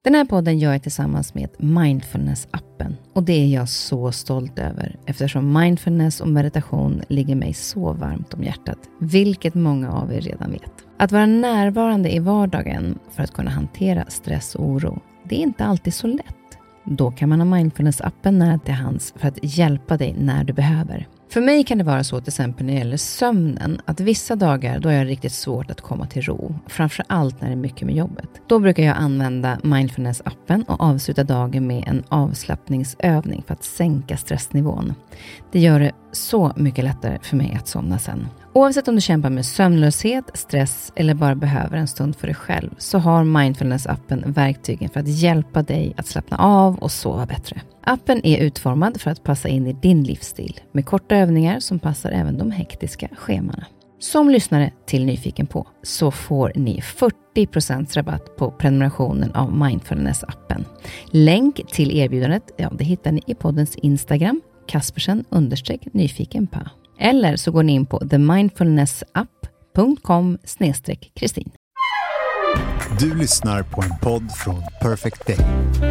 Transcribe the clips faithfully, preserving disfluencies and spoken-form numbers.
Den här podden gör jag tillsammans med Mindfulness-appen. Och det är jag så stolt över eftersom mindfulness och meditation ligger mig så varmt om hjärtat. Vilket många av er redan vet. Att vara närvarande i vardagen för att kunna hantera stress och oro, det är inte alltid så lätt. Då kan man ha Mindfulness-appen nära till hands för att hjälpa dig när du behöver. För mig kan det vara så till exempel när det gäller sömnen att vissa dagar då är det riktigt svårt att komma till ro. Framförallt när det är mycket med jobbet. Då brukar jag använda Mindfulness-appen och avsluta dagen med en avslappningsövning för att sänka stressnivån. Det gör det så mycket lättare för mig att somna sen. Oavsett om du kämpar med sömnlöshet, stress eller bara behöver en stund för dig själv så har Mindfulness-appen verktygen för att hjälpa dig att slappna av och sova bättre. Appen är utformad för att passa in i din livsstil med korta övningar som passar även de hektiska schemana. Som lyssnare till Nyfiken på så får ni fyrtio procent rabatt på prenumerationen av Mindfulness-appen. Länk till erbjudandet, ja, det hittar ni i poddens Instagram, Kaspersen understreck nyfiken på. Eller så går ni in på the mindfulness app punkt com slash kristin. Du lyssnar på en podd från Perfect Day.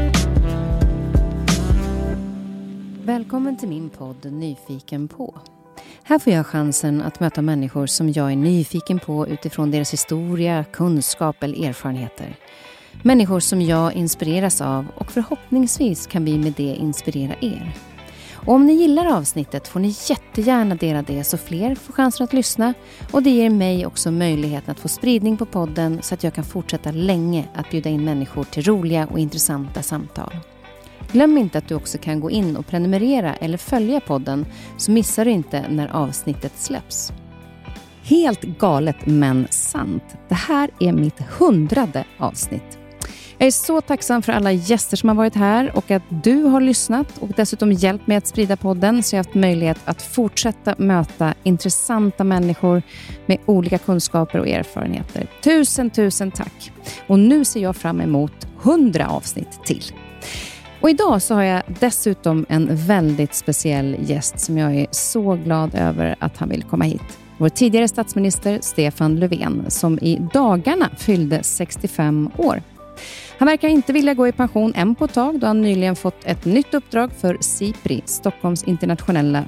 Välkommen till min podd Nyfiken på. Här får jag chansen att möta människor som jag är nyfiken på utifrån deras historia, kunskap eller erfarenheter. Människor som jag inspireras av och förhoppningsvis kan vi med det inspirera er. Och om ni gillar avsnittet får ni jättegärna dela det så fler får chansen att lyssna. Och det ger mig också möjligheten att få spridning på podden så att jag kan fortsätta länge att bjuda in människor till roliga och intressanta samtal. Glöm inte att du också kan gå in och prenumerera eller följa podden så missar du inte när avsnittet släpps. Helt galet men sant. Det här är mitt hundrade avsnitt. Jag är så tacksam för alla gäster som har varit här och att du har lyssnat och dessutom hjälpt mig att sprida podden så jag har haft möjlighet att fortsätta möta intressanta människor med olika kunskaper och erfarenheter. Tusen, tusen tack! Och nu ser jag fram emot hundra avsnitt till. Och idag så har jag dessutom en väldigt speciell gäst som jag är så glad över att han vill komma hit. Vår tidigare statsminister Stefan Löfven som i dagarna fyllde sextiofem år. Han verkar inte vilja gå i pension än på ett tag då han nyligen fått ett nytt uppdrag för SIPRI, Stockholms internationella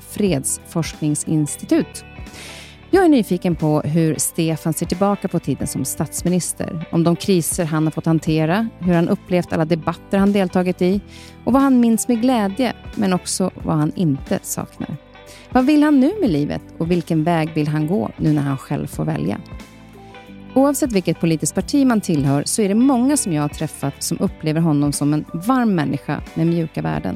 fredsforskningsinstitut. Jag är nyfiken på hur Stefan ser tillbaka på tiden som statsminister, om de kriser han har fått hantera, hur han upplevt alla debatter han deltagit i och vad han minns med glädje, men också vad han inte saknar. Vad vill han nu med livet och vilken väg vill han gå nu när han själv får välja? Oavsett vilket politiskt parti man tillhör så är det många som jag har träffat som upplever honom som en varm människa med mjuka värden.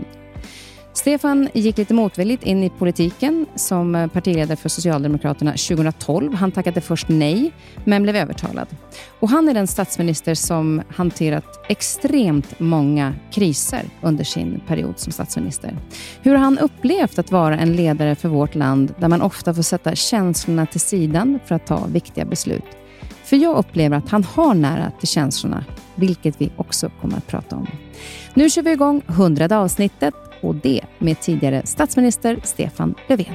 Stefan gick lite motvilligt in i politiken som partiledare för Socialdemokraterna tjugohundratolv. Han tackade först nej, men blev övertalad. Och han är den statsminister som hanterat extremt många kriser under sin period som statsminister. Hur har han upplevt att vara en ledare för vårt land där man ofta får sätta känslorna till sidan för att ta viktiga beslut? För jag upplever att han har nära till känslorna, vilket vi också kommer att prata om. Nu kör vi igång hundrade avsnittet och det med tidigare statsminister Stefan Löfven.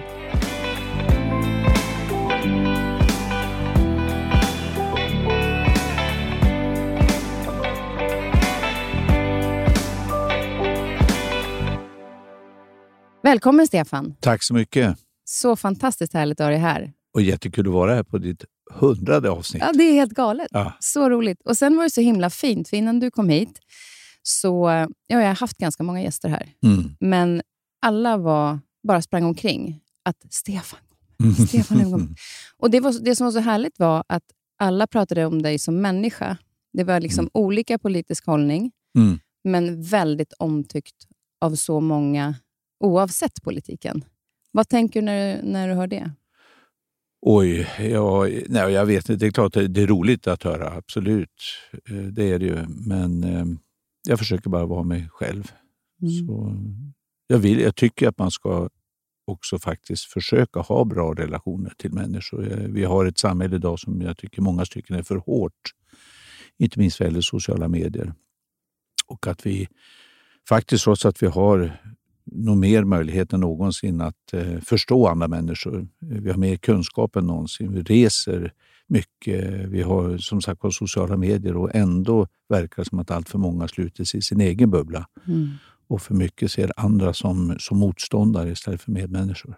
Välkommen Stefan. Tack så mycket. Så fantastiskt härligt att ha dig här. Och jättekul att vara här på ditt hundrade avsnitt. Ja, det är helt galet. Ja. Så roligt. Och sen var det så himla fint, för innan du kom hit så ja, jag har haft ganska många gäster här. Mm. Men alla var bara sprang omkring att Stefan, Stefan kom. Och det, var, det som var så härligt var att alla pratade om dig som människa. Det var liksom mm. olika politisk hållning, mm. men väldigt omtyckt av så många oavsett politiken. Vad tänker du när, när du hör det? Oj, ja, nej, jag vet inte. Det är klart att det är roligt att höra, absolut. Det är det ju. Men eh, jag försöker bara vara mig själv. Mm. Så jag, vill, jag tycker att man ska också faktiskt försöka ha bra relationer till människor. Vi har ett samhälle idag som jag tycker många stycken är för hårt. Inte minst vad gäller sociala medier. Och att vi faktiskt, trots att vi har nog mer möjlighet än någonsin att eh, förstå andra människor. Vi har mer kunskap än någonsin. Vi reser mycket. Vi har som sagt på sociala medier och ändå verkar det som att allt för många sluter sig i sin egen bubbla. Mm. Och för mycket ser andra som, som motståndare istället för medmänniskor.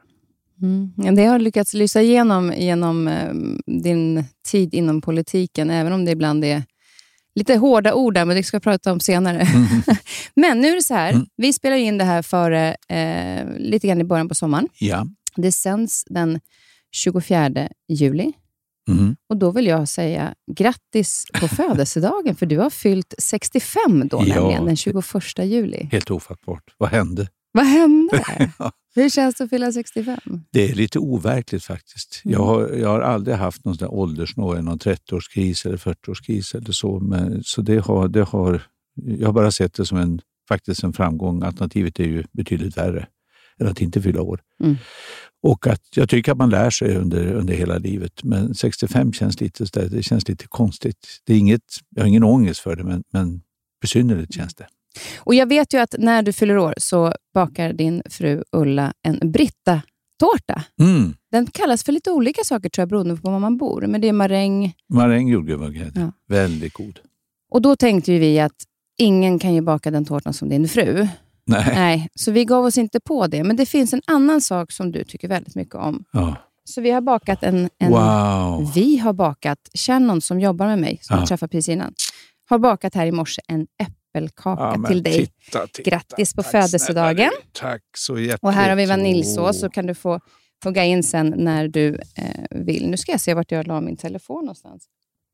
Mm. Det har lyckats lysa igenom genom eh, din tid inom politiken, även om det ibland är lite hårda ord där, men det ska vi prata om senare. Mm. Men nu är det så här, mm. vi spelar in det här före eh, lite grann i början på sommaren. Ja. Det sänds den tjugofjärde juli. Mm. Och då vill jag säga grattis på födelsedagen, för du har fyllt sextiofem då, ja, nämligen den tjugoförsta juli. Helt ofattbart. Vad hände? Vad hände? Hur känns det att fylla sextiofem? Det är lite overkligt faktiskt. Mm. Jag, har, jag har aldrig haft någon sån där åldersnåg, någon trettioårskris eller fyrtioårskris eller så. Men, så det har, det har, jag har bara sett det som en, faktiskt en framgång. Alternativet är ju betydligt värre än att inte fylla år. Mm. Och att jag tycker att man lär sig under, under hela livet. Men sextiofem känns lite, det känns lite konstigt. Det är inget, jag har ingen ångest för det, men, men besynnerligt känns det. Och jag vet ju att när du fyller år så bakar din fru Ulla en Britta-tårta. Mm. Den kallas för lite olika saker, tror jag, beroende på var man bor. Men det är maräng. Maräng jordgubbsgrädde. Ja. Väldigt god. Och då tänkte ju vi att ingen kan ju baka den tårtan som din fru. Nej. Nej. Så vi gav oss inte på det. Men det finns en annan sak som du tycker väldigt mycket om. Ja. Så vi har bakat en... en wow. Vi har bakat, Shannon som jobbar med mig, som ja. jag träffade precis innan, har bakat här i morse en äppelkaka ja, till dig. Titta, titta. Grattis på födelsedagen. Tack så jättemycket. Och här har vi vaniljsås, så kan du få hugga in sen när du eh, vill. Nu ska jag se vart jag la min telefon någonstans.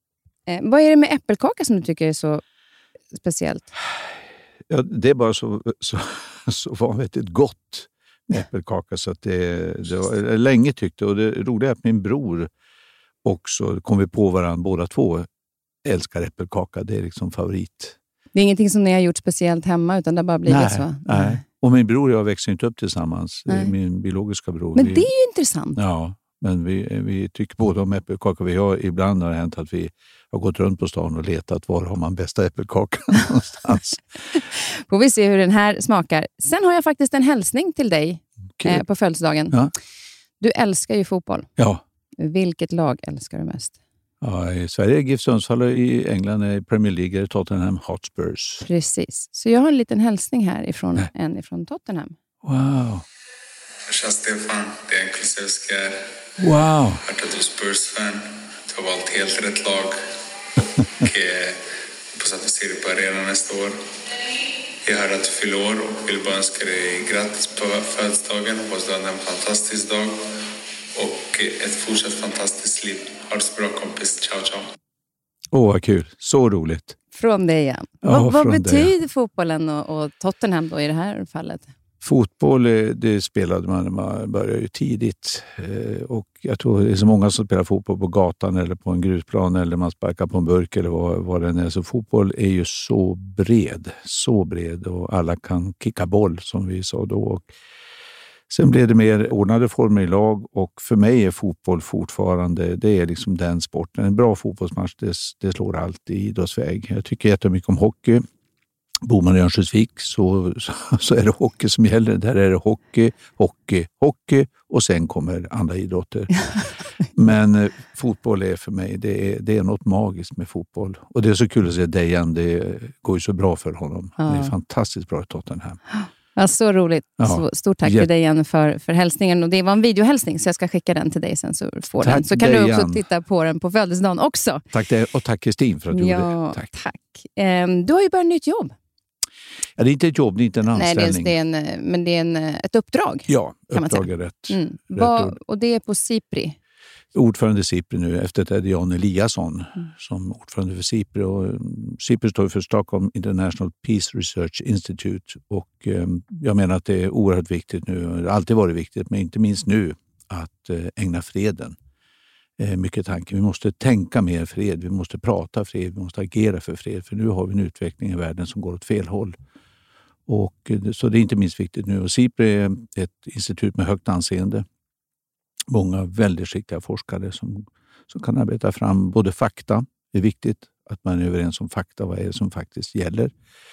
Eh, vad är det med äppelkaka som du tycker är så speciellt? Ja, det är bara så, så, så vanvettigt gott med äppelkaka, så att det, det var länge tyckte. Och det roliga är att min bror också, kom vi på varandra båda två, älskar äppelkaka. Det är liksom favorit. Det är ingenting som ni har gjort speciellt hemma, utan det har bara blivit nej, så? Nej. Och min bror och jag växer inte upp tillsammans. Nej. Min biologiska bror. Men vi, det är ju intressant. Ja, men vi, vi tycker båda om äppelkaka. Vi har, ibland har det hänt att vi har gått runt på stan och letat var har man bästa äppelkakan någonstans. Får vi se hur den här smakar. Sen har jag faktiskt en hälsning till dig eh, på födelsedagen. Ja. Du älskar ju fotboll. Ja. Vilket lag älskar du mest? Ja, i Sverige är GIF Sundsvall, i England är Premier League, Tottenham Hotspurs. Precis. Så jag har en liten hälsning här ifrån Nej. en ifrån Tottenham. Wow. Tja Stefan, det är en Kulusevski här. Wow. Jag har hört att du är Spurs-fan. Du har valt helt rätt lag. Och eh, hoppas att vi ser dig på arenan nästa år. Jag hör att du fyller år och vill bara önska dig grattis på födelsedagen. Hoppas du har en fantastisk dag. Och ett fortsatt fantastiskt liv. Ha det så bra kompis. Ciao, ciao. Åh, oh, vad kul. Så roligt. Från dig igen. Ja, vad vad betyder det. fotbollen och, och Tottenham då i det här fallet? Fotboll, det spelade man när man började ju tidigt. Och jag tror det är så många som spelar fotboll på gatan eller på en grusplan eller man sparkar på en burk eller vad, vad det är. Så fotboll är ju så bred. Så bred och alla kan kicka boll som vi sa då. Och sen blev det mer ordnade former i lag och för mig är fotboll fortfarande, det är liksom den sporten. En bra fotbollsmatch, det, det slår alltid i idrottsväg. Jag tycker jättemycket om hockey. Bor man i Örnsköldsvik så, så, så är det hockey som gäller. Där är det hockey, hockey, hockey och sen kommer andra idrotter. Men eh, fotboll är för mig, det är, det är något magiskt med fotboll. Och det är så kul att se Dejan, det går ju så bra för honom. Ja. Det är fantastiskt bra i Tottenham. Ja, så roligt. Ja. Så, stort tack till dig igen för, för hälsningen. Och det var en videohälsning så jag ska skicka den till dig sen så får den. Så kan du också titta på den på födelsedagen också. Tack det, och tack Kristin för att du ja, gjorde det. Tack. tack. Um, du har ju börjat nytt jobb. Ja, det är inte ett jobb, det är inte en anställning. Nej, det är, det är en, men det är en, ett uppdrag. Ja, kan uppdrag man är rätt. Mm. rätt Va, och det är på SIPRI. Ordförande SIPRI nu, efter det är det Jan Eliasson mm. som ordförande för SIPRI. Och SIPRI står för Stockholm International Peace Research Institute. Och eh, jag menar att det är oerhört viktigt nu, det har alltid varit viktigt, men inte minst nu, att eh, ägna freden eh, mycket tanke. Vi måste tänka mer fred, vi måste prata fred, vi måste agera för fred. För nu har vi en utveckling i världen som går åt fel håll. Och, så det är inte minst viktigt nu. Och SIPRI är ett institut med högt anseende. Många väldigt skickliga forskare som, som kan arbeta fram både fakta. Det är viktigt att man är överens om fakta, vad är det som faktiskt gäller.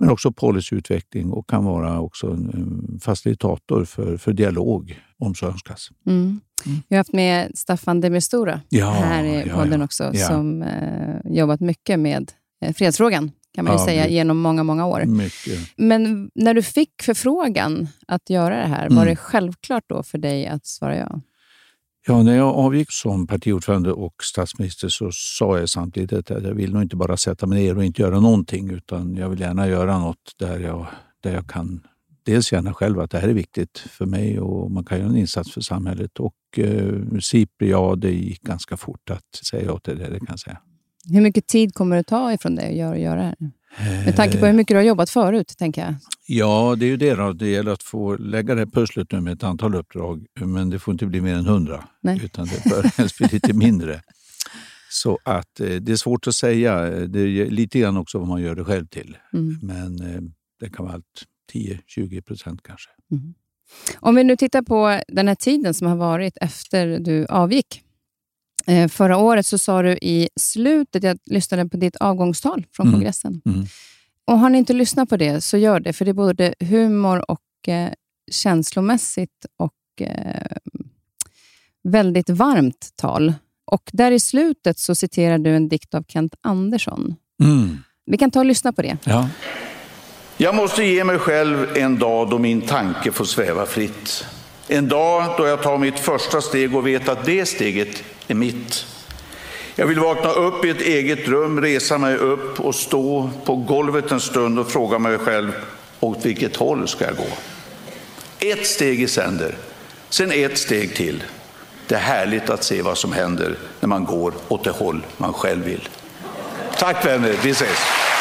Men också policyutveckling och kan vara också en facilitator för, för dialog om så önskas. Mm. Mm. Vi har haft med Staffan de Mistura ja, här i ja, podden ja. också Ja. som eh, jobbat mycket med eh, fredsfrågan kan man ju ja, säga mycket. genom många, många år. Mycket. Men när du fick förfrågan att göra det här, Mm. var det självklart då för dig att svara ja? Ja, när jag avgick som partiordförande och statsminister så sa jag samtidigt att jag vill nog inte bara sätta mig ner och inte göra någonting, utan jag vill gärna göra något där jag, där jag kan dels känna själv att det här är viktigt för mig och man kan göra en insats för samhället. Och eh, SIPRI, ja, det gick ganska fort att säga ja till det, det kan jag säga. Hur mycket tid kommer det ta ifrån dig att göra, göra det här? Med tanke på hur mycket du har jobbat förut, tänker jag. Ja, det är ju det då. Det gäller att få lägga det här pusslet nu med ett antal uppdrag. Men det får inte bli mer än hundra. Nej. Utan det bör helst bli lite mindre. Så att eh, det är svårt att säga. Det är lite grann också vad man gör det själv till. Mm. Men eh, det kan vara allt tio till tjugo procent kanske. Mm. Om vi nu tittar på den här tiden som har varit efter du avgick. Eh, förra året så sa du i slutet, jag lyssnade på ditt avgångstal från Mm. kongressen. Mm. Och har ni inte lyssnat på det så gör det. För det är både humor och eh, känslomässigt och eh, väldigt varmt tal. Och där i slutet så citerar du en dikt av Kent Andersson. Mm. Vi kan ta och lyssna på det. Ja. Jag måste ge mig själv en dag då min tanke får sväva fritt. En dag då jag tar mitt första steg och vet att det steget är mitt. Jag vill vakna upp i ett eget rum, resa mig upp och stå på golvet en stund och fråga mig själv, åt vilket håll ska jag gå? Ett steg i sänder, sen ett steg till. Det är härligt att se vad som händer när man går åt det håll man själv vill. Tack vänner, vi ses.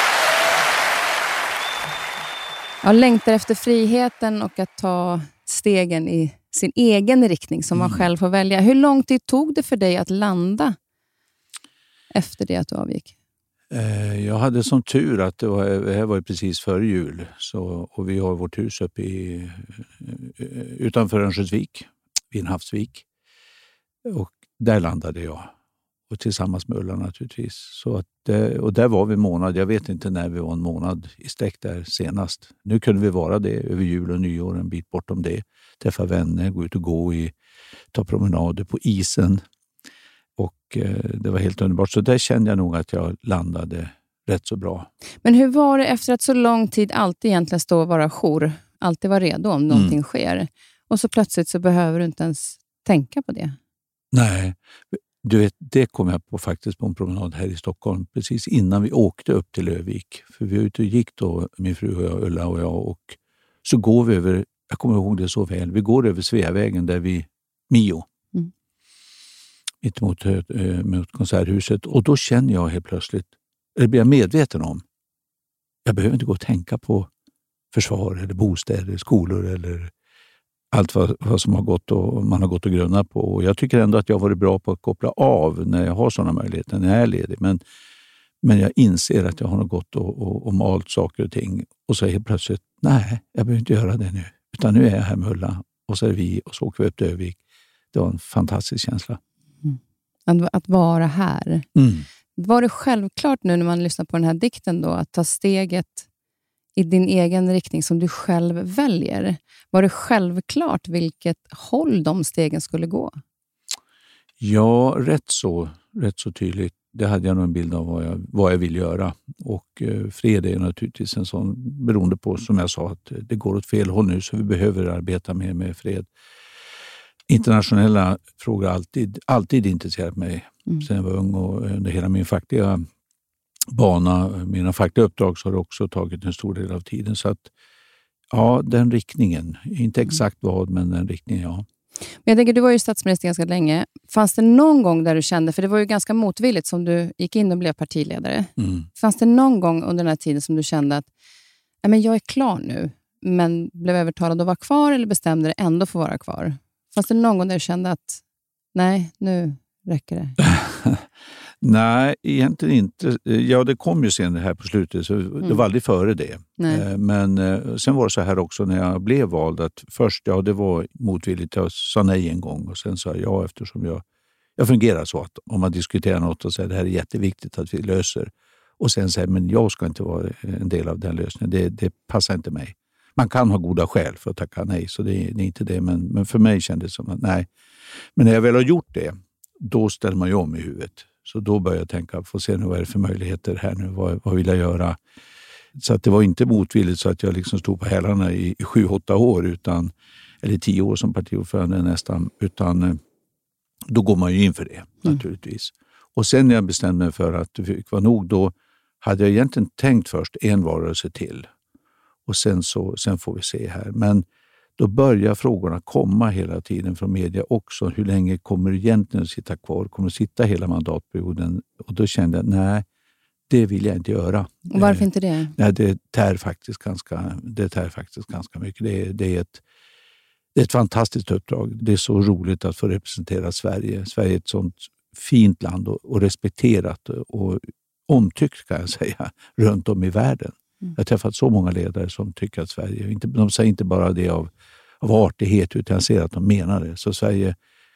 Jag längtar efter friheten och att ta stegen i sin egen riktning som man Mm. själv får välja. Hur lång tid tog det för dig att landa efter det att du avgick? Eh, Jag hade som tur att det, var, det här var precis före jul. Så, och vi har vårt hus uppe i, utanför Örnsköldsvik, vid en havsvik. Och där landade jag. Och tillsammans med Ulla naturligtvis. Så att, och där var vi en månad. Jag vet inte när vi var en månad i sträck där senast. Nu kunde vi vara det över jul och nyår, en bit bortom det. Träffa vänner, gå ut och gå i, ta promenader på isen. Och eh, det var helt underbart. Så där kände jag nog att jag landade rätt så bra. Men hur var det efter att så lång tid alltid egentligen stå och vara jour? Alltid vara redo om någonting Mm. sker. Och så plötsligt så behöver du inte ens tänka på det. Nej, du vet, det kom jag på faktiskt på en promenad här i Stockholm. Precis innan vi åkte upp till Lövvik. För vi var ute och gick då, min fru och jag, Ulla och jag. Och så går vi över, jag kommer ihåg det så väl, vi går över Sveavägen där vi, Mio. Mm. Mitt mot, äh, mot konserthuset. Och då känner jag helt plötsligt, eller blir jag medveten om, jag behöver inte gå och tänka på försvar eller bostäder, skolor eller allt vad, vad som har gått och man har gått och grunnat på. Och jag tycker ändå att jag har varit bra på att koppla av när jag har sådana möjligheter, när jag är ledig. Men, men jag inser att jag har något gått och, och, och malt saker och ting. Och så helt plötsligt, nej, jag behöver inte göra det nu. Utan nu är jag här med Ulla och så är vi och så åker vi upp till Övik. Det var en fantastisk känsla. Att, att vara här. Mm. Var det självklart nu när man lyssnar på den här dikten då att ta steget i din egen riktning som du själv väljer? Var det självklart vilket håll de stegen skulle gå? Ja, rätt så, rätt så tydligt. Det hade jag nog en bild av vad jag, vad jag vill göra. Och eh, fred är naturligtvis en sån, beroende på som jag sa att det går åt fel håll nu så vi behöver arbeta mer med fred. Internationella frågor har alltid, alltid intresserat mig Mm. sedan jag var ung och under hela min fackliga bana, mina fackliga uppdrag så har det också tagit en stor del av tiden. Så att ja, den riktningen, inte exakt vad men den riktningen, ja. Men jag tänker, du var ju statsminister ganska länge. Fanns det någon gång där du kände, för det var ju ganska motvilligt som du gick in och blev partiledare. Mm. Fanns det någon gång under den här tiden som du kände att nej, men jag är klar nu, men blev övertalad att vara kvar eller bestämde dig ändå för att vara kvar? Fanns det någon gång där du kände att nej, nu räcker det? Nej, egentligen inte. Ja, det kom ju sen här på slutet, så Mm. det var aldrig före det. Nej. Eh, Men eh, sen var det så här också när jag blev vald att först, ja det var motvilligt, jag sa nej en gång och sen sa jag ja eftersom jag, jag fungerar så att om man diskuterar något och säger det här är jätteviktigt att vi löser och sen säga men jag ska inte vara en del av den lösningen. Det, det passar inte mig. Man kan ha goda skäl för att tacka nej, så det, det är inte det. Men, men för mig kändes det som att nej. Men när jag väl har gjort det, då ställer man ju om i huvudet. Så då börjar jag tänka, få se nu vad är det för möjligheter här nu, vad, vad vill jag göra? Så att det var inte motvilligt så att jag liksom stod på hälarna i, i sju, åtta år, utan, eller tio år som partiordförande nästan, utan då går man ju in för det mm. naturligtvis. Och sen när jag bestämde mig för att det fick vara nog, då hade jag egentligen tänkt först en valrörelse till. Och sen, så, sen får vi se här. Men då börjar frågorna komma hela tiden från media också. Hur länge kommer du egentligen att sitta kvar? Kommer du sitta hela mandatperioden? Och då kände jag, nej, det vill jag inte göra. Och varför inte det? Nej, det tär faktiskt ganska, det tär faktiskt ganska mycket. Det är, det är ett Det är ett fantastiskt uppdrag. Det är så roligt att få representera Sverige. Sverige är ett sånt fint land och, och respekterat och omtyckt kan jag säga runt om i världen. Mm. Jag har träffat så många ledare som tycker att Sverige, inte, de säger inte bara det av, av artighet utan jag ser att de menar det. Så Sverige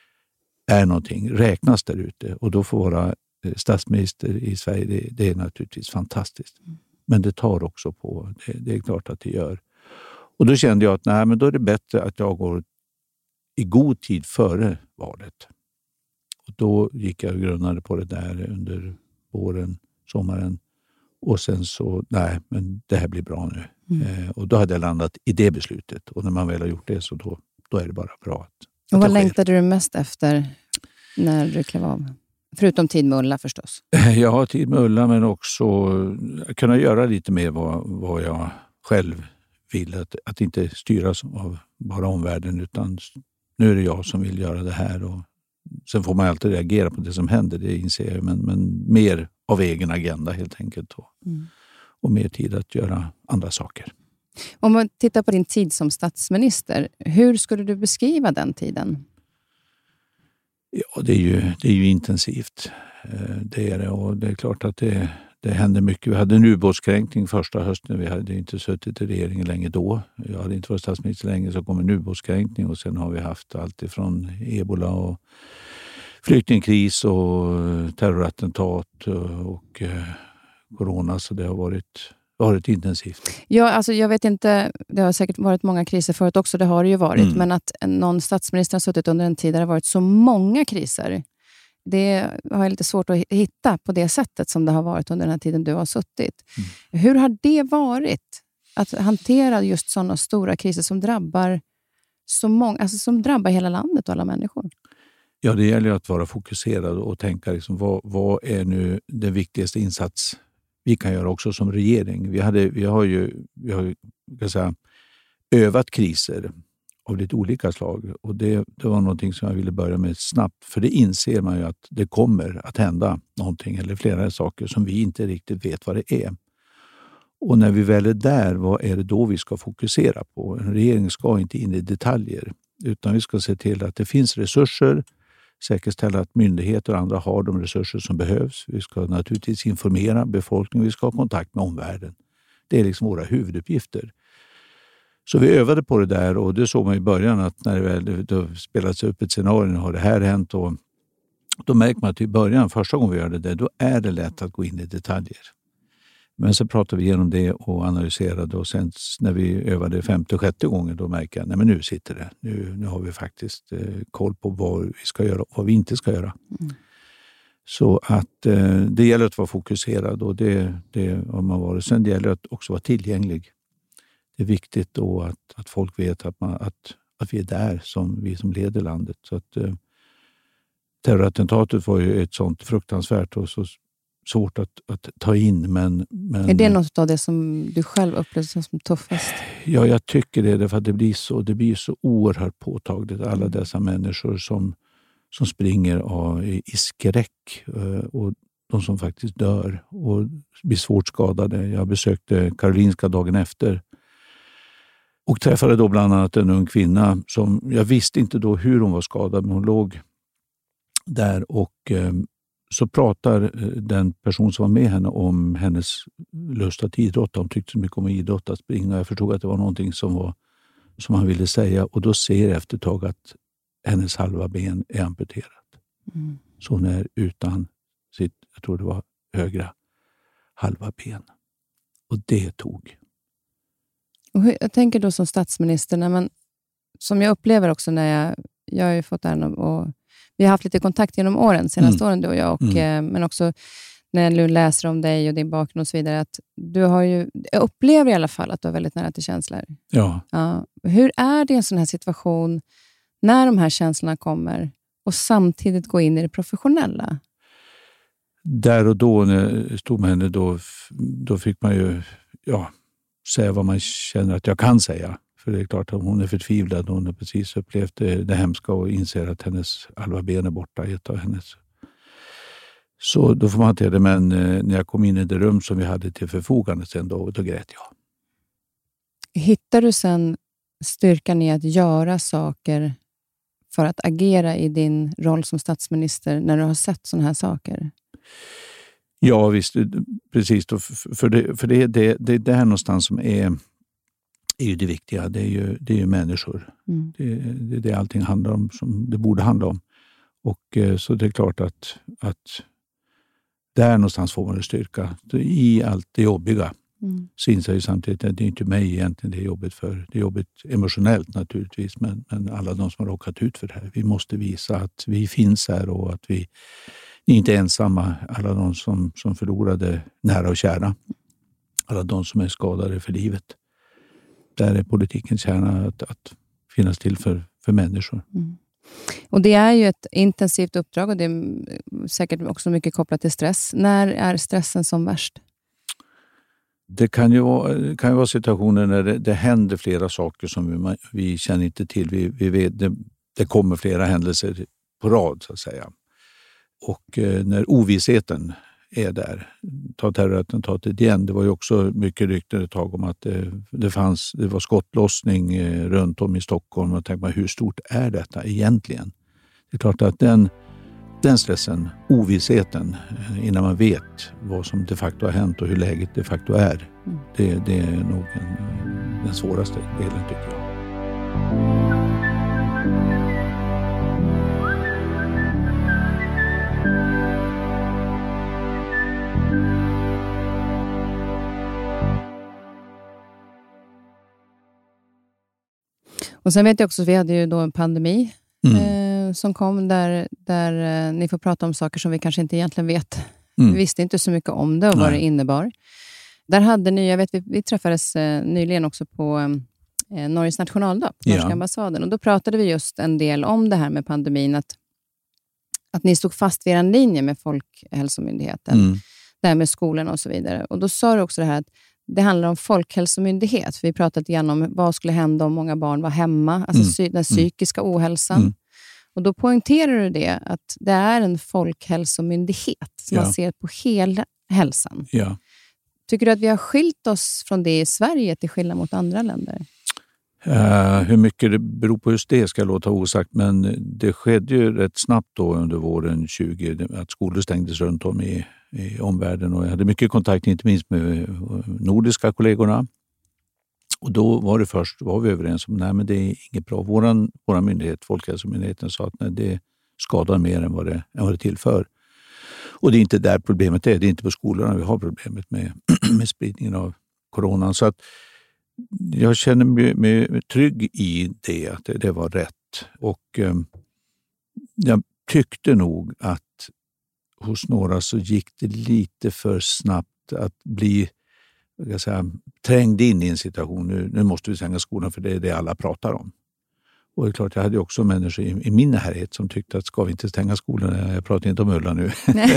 är någonting, räknas där ute och då får vara statsminister i Sverige, det, det är naturligtvis fantastiskt. Mm. Men det tar också på, det, det är klart att det gör. Och då kände jag att nej, men då är det bättre att jag går i god tid före valet. Och då gick jag och grundade på det där under våren, sommaren. Och sen så, nej, men det här blir bra nu. Mm. Eh, och då hade jag landat i det beslutet. Och när man väl har gjort det så då, då är det bara bra. Att, och vad längtade du mest efter när du klev av? Förutom tid med Ulla förstås. Jag har tid med Ulla men också kunna göra lite mer vad, vad jag själv vill. Att, att inte styras av bara omvärlden utan nu är det jag som vill göra det här. Och sen får man alltid reagera på det som händer, det inser jag. Men, men mer av egen agenda helt enkelt. Och, mm. och mer tid att göra andra saker. Om man tittar på din tid som statsminister, hur skulle du beskriva den tiden? Ja, det är ju, det är ju intensivt. Det är det och det är klart att det, det händer mycket. Vi hade en ubåtskränkning första hösten. Vi hade inte suttit i regeringen länge då. Jag hade inte varit statsminister länge så kom en ubåtskränkning och sen har vi haft allt ifrån ebola och flyktingkris och terrorattentat och corona så det har varit... Det har varit intensivt. Ja, alltså jag vet inte, det har säkert varit många kriser förut också, det har det ju varit. Mm. Men att någon statsminister har suttit under en tid där det har varit så många kriser, det har jag lite svårt att hitta på det sättet som det har varit under den här tiden du har suttit. Mm. Hur har det varit att hantera just sådana stora kriser som drabbar så många, alltså som drabbar hela landet och alla människor? Ja, det gäller att vara fokuserad och tänka liksom, vad, vad är nu den viktigaste insats vi kan göra också som regering. Vi, hade, vi har ju vi har, kan säga, övat kriser av lite olika slag. Och det, det var någonting som jag ville börja med snabbt. För det inser man ju att det kommer att hända någonting eller flera saker som vi inte riktigt vet vad det är. Och när vi väl är där, vad är det då vi ska fokusera på? En regering ska inte in i detaljer. Utan vi ska se till att det finns resurser. Säkerställa att myndigheter och andra har de resurser som behövs. Vi ska naturligtvis informera befolkningen. Vi ska ha kontakt med omvärlden. Det är liksom våra huvuduppgifter. Så vi övade på det där och det såg man i början att när det väl det spelats upp ett scenario har det här hänt. Och då märker man att i början, första gången vi gör det där, då är det lätt att gå in i detaljer. Men så pratade vi igenom det och analyserade och sen när vi övade femte och sjätte gången då märker jag, nej men nu sitter det. Nu, nu har vi faktiskt eh, koll på vad vi ska göra och vad vi inte ska göra. Mm. Så att eh, det gäller att vara fokuserad och det, det har man varit. Sen gäller det att också vara tillgänglig. Det är viktigt då att, att folk vet att, man, att, att vi är där som vi som leder landet. Så att eh, terrorattentatet var ju ett sånt fruktansvärt och så svårt att, att ta in. Men, men, är det något av det som du själv upplevde som tuffast? Ja, jag tycker det. Därför att det blir så, det blir så oerhört påtagligt. Alla dessa människor som, som springer av, i, i skräck och de som faktiskt dör och blir svårt skadade. Jag besökte Karolinska dagen efter och träffade då bland annat en ung kvinna som jag visste inte då hur hon var skadad, men hon låg där och så pratar den person som var med henne om hennes lust att idrotta. Hon tyckte så mycket om att idrotta, att springa. Jag förstod att det var någonting som, var, som han ville säga. Och då ser jag efter ett tag att hennes halva ben är amputerat. Mm. Så hon är utan sitt, jag tror det var högra halva ben. Och det tog. Och hur, jag tänker då som statsminister, när man, som jag upplever också när jag, jag har ju fått den och, och vi har haft lite kontakt genom åren, senaste mm. åren du och jag, och, mm. men också när jag läser om dig och din bakgrund och så vidare, att du har ju, jag upplever i alla fall att du är väldigt nära till känslor. Ja. Ja. Hur är det i en sån här situation när de här känslorna kommer och samtidigt gå in i det professionella? Där och då när jag stod med henne, då, då fick man ju ja, säga vad man känner att jag kan säga. För det är klart att hon är förtvivlad. Hon har precis upplevt det, det hemska och inser att hennes halva ben är borta i ett av hennes. Så då får man hantera det. Men när jag kom in i det rum som vi hade till förfogande sen då, då grät jag. Hittar du sen styrkan i att göra saker för att agera i din roll som statsminister när du har sett sådana här saker? Ja, visst. Precis. Då, för det, för det, det, det, det här någonstans som är, är ju det viktiga. Det är ju, det är ju människor. Mm. Det, det är det allting handlar om, som det borde handla om. Och så det är klart att, att där någonstans får man en styrka. I allt det jobbiga. Mm. Så inser jag ju samtidigt att det är inte mig egentligen det är jobbigt för. Det är jobbigt emotionellt naturligtvis, men, men alla de som har råkat ut för det här. Vi måste visa att vi finns här och att vi är inte ensamma. Alla de som, som förlorade nära och kära. Alla de som är skadade för livet. Där är politikens kärna att, att finnas till för, för människor. Mm. Och det är ju ett intensivt uppdrag och det är säkert också mycket kopplat till stress. När är stressen som värst? Det kan ju vara, kan ju vara situationer när det, det händer flera saker som vi, vi känner inte till. Vi, vi vet, det, det kommer flera händelser på rad så att säga. Och eh, när ovissheten är där, ta terrorattentatet igen. Det var ju också mycket rykten ett tag om att det, det, fanns, det var skottlossning eh, runt om i Stockholm. Och tänkte man, hur stort är detta egentligen? Det är klart att den, den stressen, ovissheten, eh, innan man vet vad som de facto har hänt och hur läget de facto är. Mm. Det, det är nog en, den svåraste delen tycker jag. Och sen vet jag också att vi hade ju då en pandemi mm. eh, som kom där, där eh, ni får prata om saker som vi kanske inte egentligen vet. Mm. Vi visste inte så mycket om det och Nej. Vad det innebar. Där hade ni, jag vet vi, vi träffades eh, nyligen också på eh, Norges nationaldag på norska ja. ambassaden. Och då pratade vi just en del om det här med pandemin. Att, att ni stod fast vid en linje med Folkhälsomyndigheten. Mm. Det här med skolan och så vidare. Och då sa du också det här att det handlar om folkhälsomyndighet. För vi pratade igen om vad skulle hända om många barn var hemma. Alltså mm. psy- den psykiska mm. ohälsan. Mm. Och då poängterar du det att det är en folkhälsomyndighet som ja. man ser på hela hälsan. Ja. Tycker du att vi har skilt oss från det i Sverige till skillnad mot andra länder? Uh, hur mycket det beror på just det ska jag låta osagt. Men det skedde ju rätt snabbt då under våren tjugo att skolor stängdes runt om i i omvärlden och jag hade mycket kontakt inte minst med nordiska kollegorna. Och då var det först, var vi överens om nej men det är inget bra. Våran, våran myndighet, Folkhälsomyndigheten sa att nej, det skadar mer än vad det, än vad det tillför. Och det är inte där problemet är, det är inte på skolorna vi har problemet med, med spridningen av coronan. Så att jag känner mig, mig trygg i det, att det, det var rätt. Och eh, jag tyckte nog att hos några så gick det lite för snabbt att bli vad ska jag säga, trängd in i en situation. Nu, nu måste vi stänga skolan för det är det alla pratar om. Och det är klart, jag hade också människor i, i min närhet som tyckte att ska vi inte stänga skolan? Jag pratar inte om Ulla nu.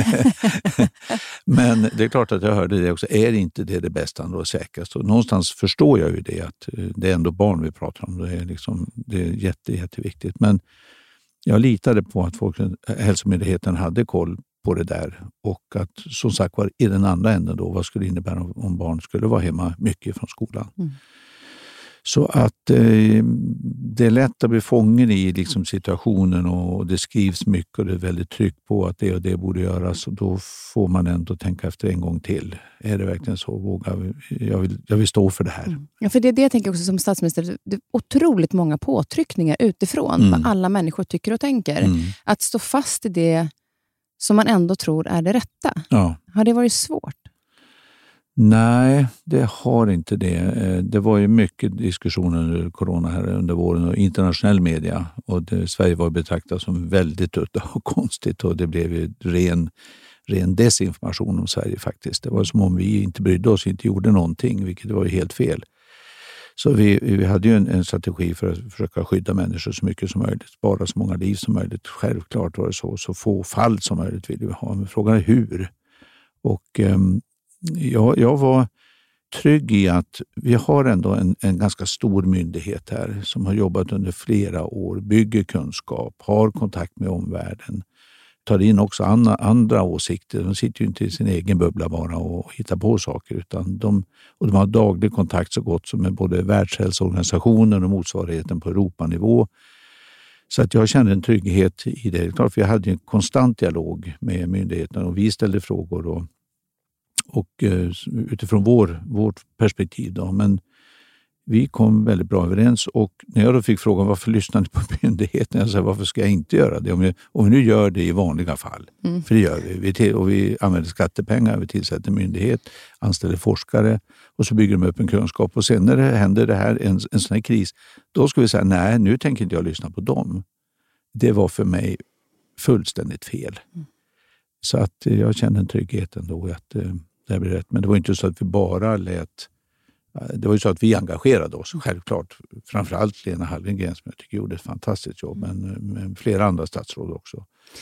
Men det är klart att jag hörde det också. Är inte det det bästa och säkrast? Och någonstans förstår jag ju det att det är ändå barn vi pratar om. Det är, liksom, det är jätte, jätteviktigt. Men jag litade på att Folkhälsomyndigheten hade koll på det där och att som sagt var i den andra änden då vad skulle det innebära om, om barn skulle vara hemma mycket från skolan. Mm. Så att eh, det är lätt att bli fången i liksom, situationen och det skrivs mycket och det är väldigt tryck på att det och det borde göras och då får man ändå tänka efter en gång till. Är det verkligen så? Våga, jag, vill, jag vill stå för det här. Mm. Ja, för det är det jag tänker också som statsminister. Det är otroligt många påtryckningar utifrån mm. vad alla människor tycker och tänker. Mm. Att stå fast i det som man ändå tror är det rätta. Ja. Har det varit svårt? Nej, det har inte det. Det var ju mycket diskussioner under corona här under våren och internationell media. Och det, Sverige var betraktat som väldigt udda och konstigt och det blev ju ren, ren desinformation om Sverige faktiskt. Det var som om vi inte brydde oss, inte gjorde någonting, vilket var ju helt fel. Så vi, vi hade ju en, en strategi för att försöka skydda människor så mycket som möjligt, spara så många liv som möjligt. Självklart var det så, så få fall som möjligt ville vi ha. Men frågan är hur. Och um, jag, jag var trygg i att vi har ändå en, en ganska stor myndighet här som har jobbat under flera år, bygger kunskap, har kontakt med omvärlden, tar in också andra, andra åsikter. De sitter ju inte i sin egen bubbla bara och hittar på saker, utan de, och de har daglig kontakt så gott som med både Världshälsoorganisationen och motsvarigheten på Europanivå. Så att jag kände en trygghet i det. Klart, för jag hade en konstant dialog med myndigheterna och vi ställde frågor och, och utifrån vår, vårt perspektiv. Då. Men vi kom väldigt bra överens och när jag då fick frågan varför lyssnar ni på myndigheten? Jag sa varför ska jag inte göra det? Om, jag, om vi nu gör det i vanliga fall, mm. för det gör vi. vi till, och vi använder skattepengar, vi tillsätter myndighet, anställer forskare och så bygger de upp en kunskap. Och sen när det händer det här, en, en sån här kris, då ska vi säga nej, nu tänker inte jag lyssna på dem. Det var för mig fullständigt fel. Mm. Så att jag kände en trygghet ändå att eh, det blev rätt. Men det var inte så att vi bara lät. Det var ju så att vi engagerade oss, självklart. Framförallt Lena Hallengren som jag tycker gjorde ett fantastiskt jobb, men, men flera andra statsråd också.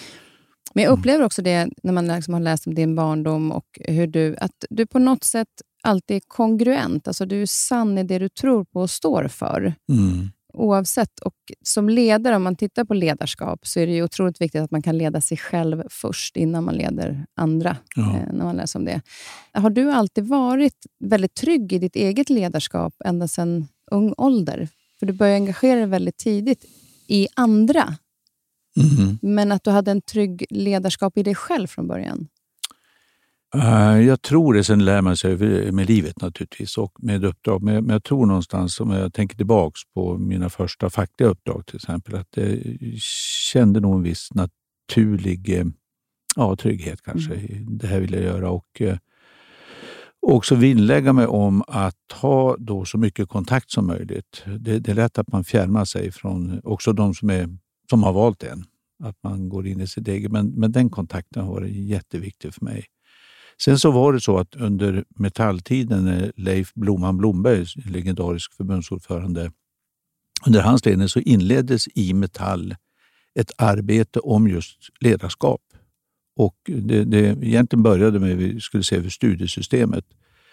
Men jag upplever också det när man liksom har läst om din barndom och hur du, att du på något sätt alltid är kongruent. Alltså du är sann i det du tror på och står för. Mm. Oavsett. Och som ledare, om man tittar på ledarskap, så är det ju otroligt viktigt att man kan leda sig själv först innan man leder andra. Ja. eh, när man läser om det. Har du alltid varit väldigt trygg i ditt eget ledarskap ända sedan ung ålder? För du började engagera dig väldigt tidigt i andra. Mm. Men att du hade en trygg ledarskap i dig själv från början? Jag tror det, sen lär man sig med livet naturligtvis och med uppdrag. Men jag tror någonstans, om jag tänker tillbaka på mina första fackliga uppdrag till exempel, att jag kände nog en viss naturlig ja, trygghet kanske. Mm. Det här vill jag göra och också vinnlägga mig om att ha då så mycket kontakt som möjligt. Det, det är lätt att man fjärmar sig från också de som, är, som har valt en. Att man går in i sitt eget. Men, men den kontakten har varit jätteviktig för mig. Sen så var det så att under Metalltiden när Leif Blomman Blomberg, legendarisk förbundsordförande, under hans ledning så inleddes i Metall ett arbete om just ledarskap. Och det, det egentligen började med att vi skulle se över studiesystemet.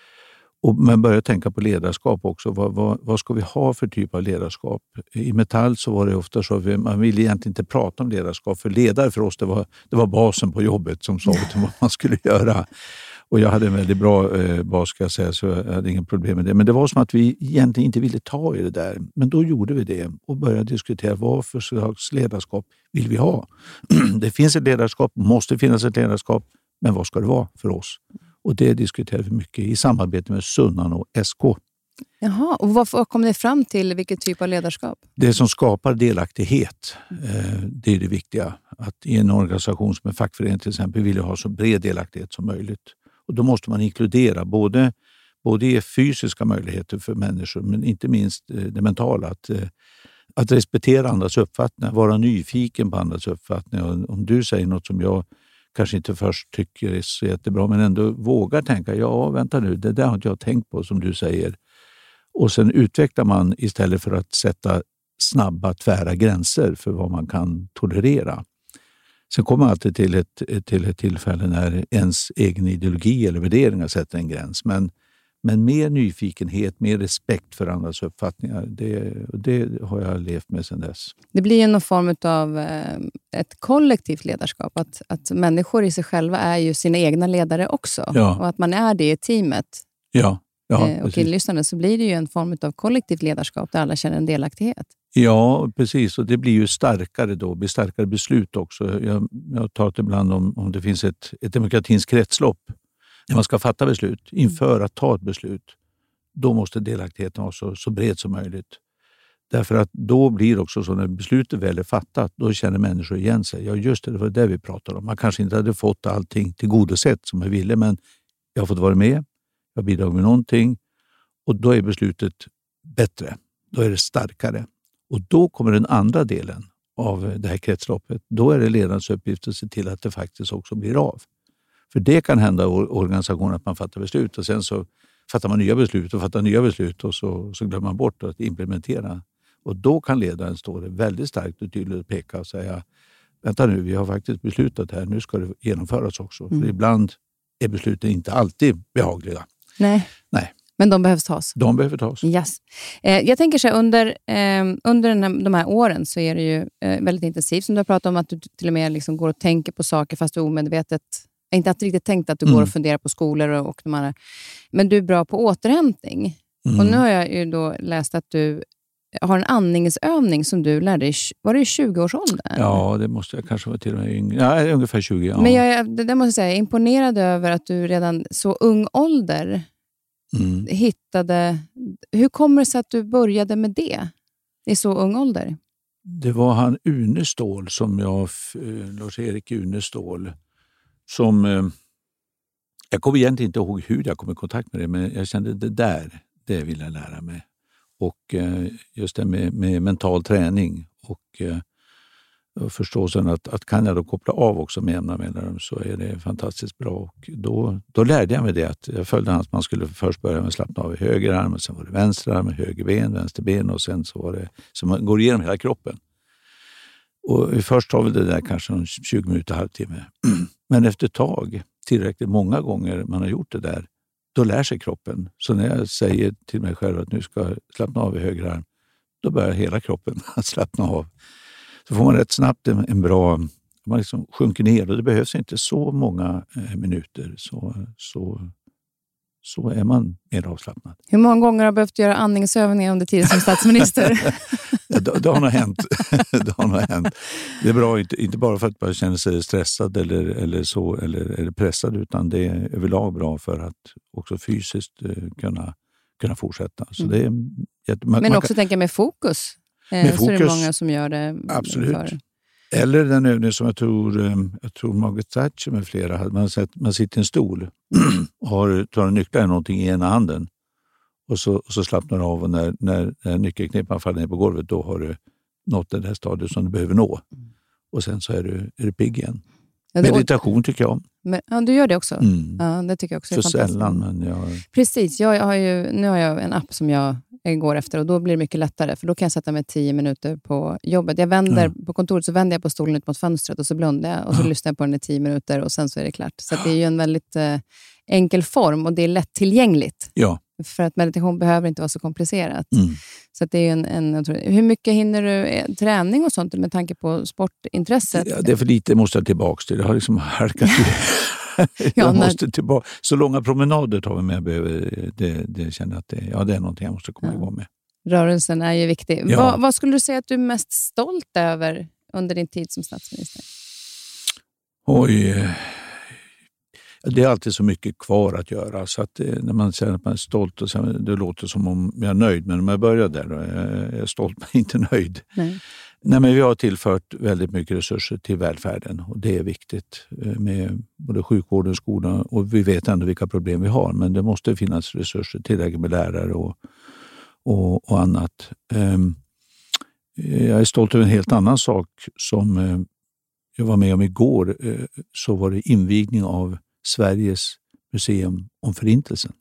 Och man började tänka på ledarskap också. Vad, vad, vad ska vi ha för typ av ledarskap? I Metall så var det ofta så att man ville egentligen inte prata om ledarskap. För ledare för oss, det var, det var basen på jobbet som sa vad man skulle göra. Och jag hade en väldigt bra eh, bas ska jag säga, så jag hade ingen problem med det. Men det var som att vi egentligen inte ville ta i det där. Men då gjorde vi det och började diskutera vad för slags ledarskap vill vi ha. Det finns ett ledarskap, måste finnas ett ledarskap, men vad ska det vara för oss? Och det diskuterade vi mycket i samarbete med Sunnan och S K. Jaha, och vad, vad kom ni fram till? Vilket typ av ledarskap? Det som skapar delaktighet, eh, det är det viktiga. Att i en organisation som en fackförening till exempel vill ha så bred delaktighet som möjligt. Och då måste man inkludera både, både fysiska möjligheter för människor men inte minst eh, det mentala. Att, eh, att respektera andras uppfattningar, vara nyfiken på andras uppfattningar. Om du säger något som jag kanske inte först tycker är så jättebra men ändå vågar tänka, ja vänta nu, det där har inte jag tänkt på som du säger. Och sen utvecklar man istället för att sätta snabba, tvära gränser för vad man kan tolerera. Sen kommer man alltid till ett, till ett tillfälle när ens egen ideologi eller värderingar sätter en gräns. Men, men mer nyfikenhet, mer respekt för andras uppfattningar, det, det har jag levt med sedan dess. Det blir ju någon form av eh, ett kollektivt ledarskap. Att, att människor i sig själva är ju sina egna ledare också. Ja. Och att man är det i teamet. Ja. Ja, eh, och inlyssnande så blir det ju en form av kollektivt ledarskap där alla känner en delaktighet. Ja, precis. Och det blir ju starkare då. blir starkare beslut också. Jag, jag tar det ibland om, om det finns ett, ett demokratins kretslopp. När man ska fatta beslut, inför att ta ett beslut, då måste delaktigheten vara så, så bred som möjligt. Därför att då blir det också så när beslutet väl är fattat, då känner människor igen sig. Ja just det, det var det vi pratade om. Man kanske inte hade fått allting tillgodosett som jag ville, men jag har fått vara med. jag bidrar med någonting och då är beslutet bättre. Då är det starkare. Och då kommer den andra delen av det här kretsloppet. Då är det ledarens uppgift att se till att det faktiskt också blir av. För det kan hända i organisationen att man fattar beslut och sen så fattar man nya beslut och fattar nya beslut och så, så glömmer man bort att implementera. Och då kan ledaren stå det väldigt starkt och tydligt och peka och säga vänta nu, vi har faktiskt beslutat här, nu ska det genomföras också. Mm. För ibland är besluten inte alltid behagliga. Nej. Nej. Men de behövs tas. De behöver tas. Yes. Eh, jag tänker så här, under, eh, under den här, de här åren så är det ju eh, väldigt intensivt. Som du har pratat om att du till och med liksom går och tänker på saker fast du omedvetet, inte att riktigt tänkt att du mm. går och funderar på skolor och, och de här. Men du är bra på återhämtning. Mm. Och nu har jag ju då läst att du har en andningsövning som du lärde dig, var det i tjugo-årsåldern? Ja, det måste jag kanske vara till och med yngre. Ja, ungefär tjugo. Ja. Men jag, det, det måste jag säga, jag är imponerad över att du redan så ung ålder mm. hittade... Hur kommer det sig att du började med det i så ung ålder? Det var han Unestål som jag, Lars-Erik Unestål, som... Jag kommer egentligen inte ihåg hur jag kom i kontakt med det, men jag kände det där, det vill jag lära mig. Och just det med, med mental träning och, och förståelsen att, att kan jag då koppla av också med jämna mellanrum så är det fantastiskt bra. Och då, då lärde jag mig det att jag följde att man skulle först börja med att slappna av i höger arm och sen var det vänster arm, höger ben, vänster ben och sen så var det så man går igenom hela kroppen. Och först tar vi det där kanske tjugo minuter, halvtimme. Men efter ett tag, tillräckligt många gånger man har gjort det där, då lär sig kroppen. Så när jag säger till mig själv att nu ska jag slappna av i höger arm, då börjar hela kroppen att slappna av. Så får man rätt snabbt en, en bra... Man liksom sjunker ner och det behövs inte så många eh, minuter. Så, så, så är man mer avslappnad. Hur många gånger har du behövt göra andningsövningar under tiden som statsminister? det, det har nog hänt. det har nog hänt. Det är bra, inte, inte bara för att man känner sig stressad eller, eller, så, eller, eller pressad, utan det är överlag bra för att också fysiskt eh, kunna, kunna fortsätta. Så det är, man, Men man också kan, tänka med fokus. Med så fokus. är det många som gör det. Absolut. För. Eller den övning som jag tror, jag tror Margaret Thatcher med flera hade. Man, sett, man sitter i en stol och har, tar en nyckel eller någonting i ena handen. Och så, och så slappnar du av och när, när, när nyckelknippan faller ner på golvet då har du nått det där stadiet som du behöver nå. Och sen så är du, är du pigg igen. Ja, meditation tycker jag om. Men, ja, du gör det också? Mm. Ja, det tycker jag också är så fantastiskt. Sällan, men jag... Precis, jag, jag har ju, nu har jag en app som jag går efter och då blir det mycket lättare för då kan jag sätta mig tio minuter på jobbet. Jag vänder, ja. På kontoret så vänder jag på stolen ut mot fönstret och så blundar jag och så ja. lyssnar jag på den i tio minuter och sen så är det klart. Så att det är ju en väldigt eh, enkel form och det är lättillgängligt. Ja. För att meditation behöver inte vara så komplicerat. Mm. Så att det är en, en, jag tror, hur mycket hinner du eh, träning och sånt med tanke på sportintresset? Ja, det är för lite, måste jag tillbaka till. Det har liksom harkat jag ja, måste tillbaka. Så långa promenader tar vi med. Jag behöver, det, det känner att det, ja, det är någonting jag måste komma ja. igång med. Rörelsen är ju viktig. Ja. Vad, vad skulle du säga att du är mest stolt över under din tid som statsminister? Oj... Det är alltid så mycket kvar att göra så att när man säger att man är stolt och så, det låter som om jag är nöjd, men när jag börjar där då är jag stolt men inte nöjd. Nej. Nej, men vi har tillfört väldigt mycket resurser till välfärden och det är viktigt med både sjukvården och skolan och vi vet ändå vilka problem vi har, men det måste finnas resurser tillräckligt med lärare och, och, och annat. Jag är stolt över en helt annan sak som jag var med om igår, så var det invigning av Sveriges museum om förintelsen.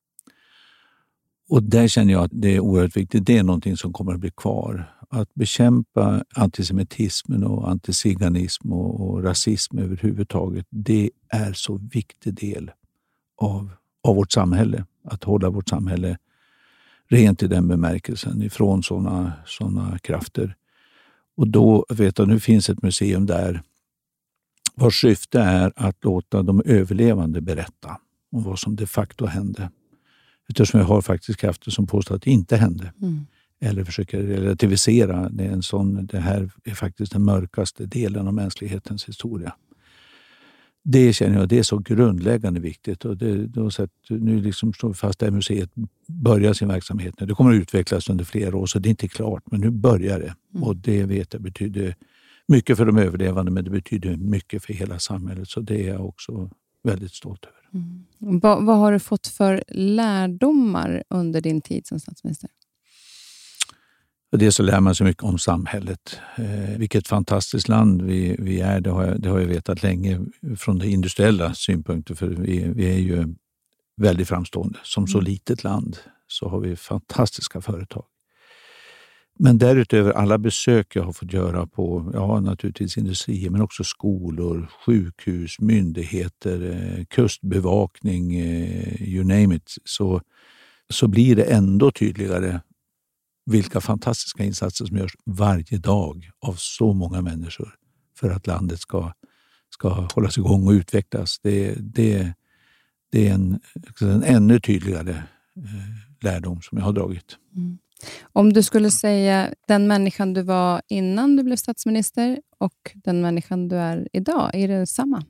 Och där känner jag att det är oerhört viktigt. Det är någonting som kommer att bli kvar. Att bekämpa antisemitismen och antiziganism och, och rasism överhuvudtaget, det är så viktig del av, av vårt samhälle. Att hålla vårt samhälle rent i den bemärkelsen ifrån sådana såna krafter. Och då vet jag, nu finns ett museum där vars syfte är att låta de överlevande berätta om vad som de facto hände. Eftersom jag har faktiskt krafter som påstår att det inte hände. Mm. Eller försöker relativisera. Det, är en sån, det här är faktiskt den mörkaste delen av mänsklighetens historia. Det känner jag, det är så grundläggande viktigt. Och det, då så att nu liksom står fast det här museet börjar sin verksamhet nu. Det kommer att utvecklas under flera år så det är inte klart. Men nu börjar det. Mm. Och det vet jag betyder mycket för de överlevande, men det betyder mycket för hela samhället. Så det är jag också väldigt stolt över. Mm. Vad, vad har du fått för lärdomar under din tid som statsminister? Det så lär man sig mycket om samhället. Eh, vilket fantastiskt land vi, vi är, det har, jag, det har jag vetat länge från det industriella synpunkter. För vi, vi är ju väldigt framstående. Som så litet land så har vi fantastiska företag. Men därutöver alla besök jag har fått göra på, ja naturligtvis industrier, men också skolor, sjukhus, myndigheter, eh, kustbevakning, eh, you name it. Så, så blir det ändå tydligare vilka fantastiska insatser som görs varje dag av så många människor för att landet ska, ska hållas igång och utvecklas. Det, det, det är en, en ännu tydligare eh, lärdom som jag har dragit. Mm. Om du skulle säga den människan du var innan du blev statsminister och den människan du är idag, är det samma?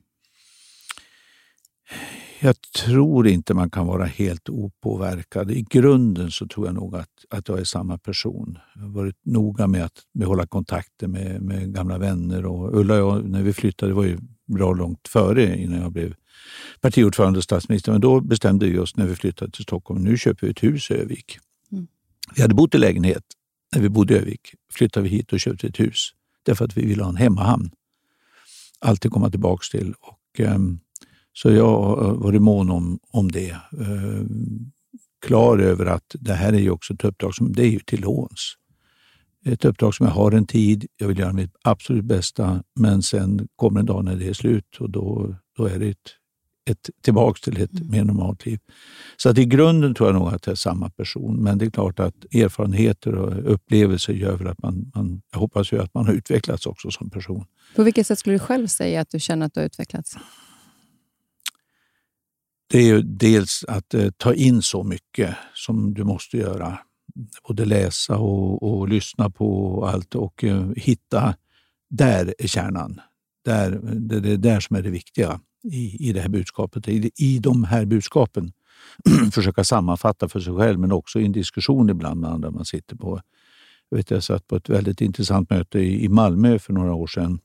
Jag tror inte man kan vara helt opåverkad. I grunden så tror jag nog att, att jag är samma person. Jag har varit noga med att behålla kontakter med, med gamla vänner. Och Ulla och jag, när vi flyttade, det var ju bra långt före innan jag blev partiordförande och statsminister. Men då bestämde vi oss när vi flyttade till Stockholm, nu köper vi ett hus i Övik. Mm. Vi hade bott i lägenhet när vi bodde i Övik. Flyttade vi hit och köpte ett hus. Därför att vi ville ha en hemmahamn. Alltid komma tillbaka till. Och... Um, Så jag har varit mån om, om det. Eh, klar över att det här är ju också ett uppdrag som det är ju till låns. Ett uppdrag som jag har en tid, jag vill göra mitt absolut bästa, men sen kommer en dag när det är slut och då, då är det ett, ett tillbaks till ett mm. mer normalt liv. Så att i grunden tror jag nog att det är samma person, men det är klart att erfarenheter och upplevelser gör väl att man, man jag hoppas ju att man har utvecklats också som person. På vilket sätt skulle du själv säga att du känner att du har utvecklats? Det är ju dels att eh, ta in så mycket som du måste göra. Både läsa och, och lyssna på och allt och eh, hitta, där är kärnan. Där, det, det är där som är det viktiga i, i det här budskapet. I, i de här budskapen försöka sammanfatta för sig själv, men också i en diskussion ibland med andra man sitter på. Jag vet jag satt på ett väldigt intressant möte i, i Malmö för några år sedan.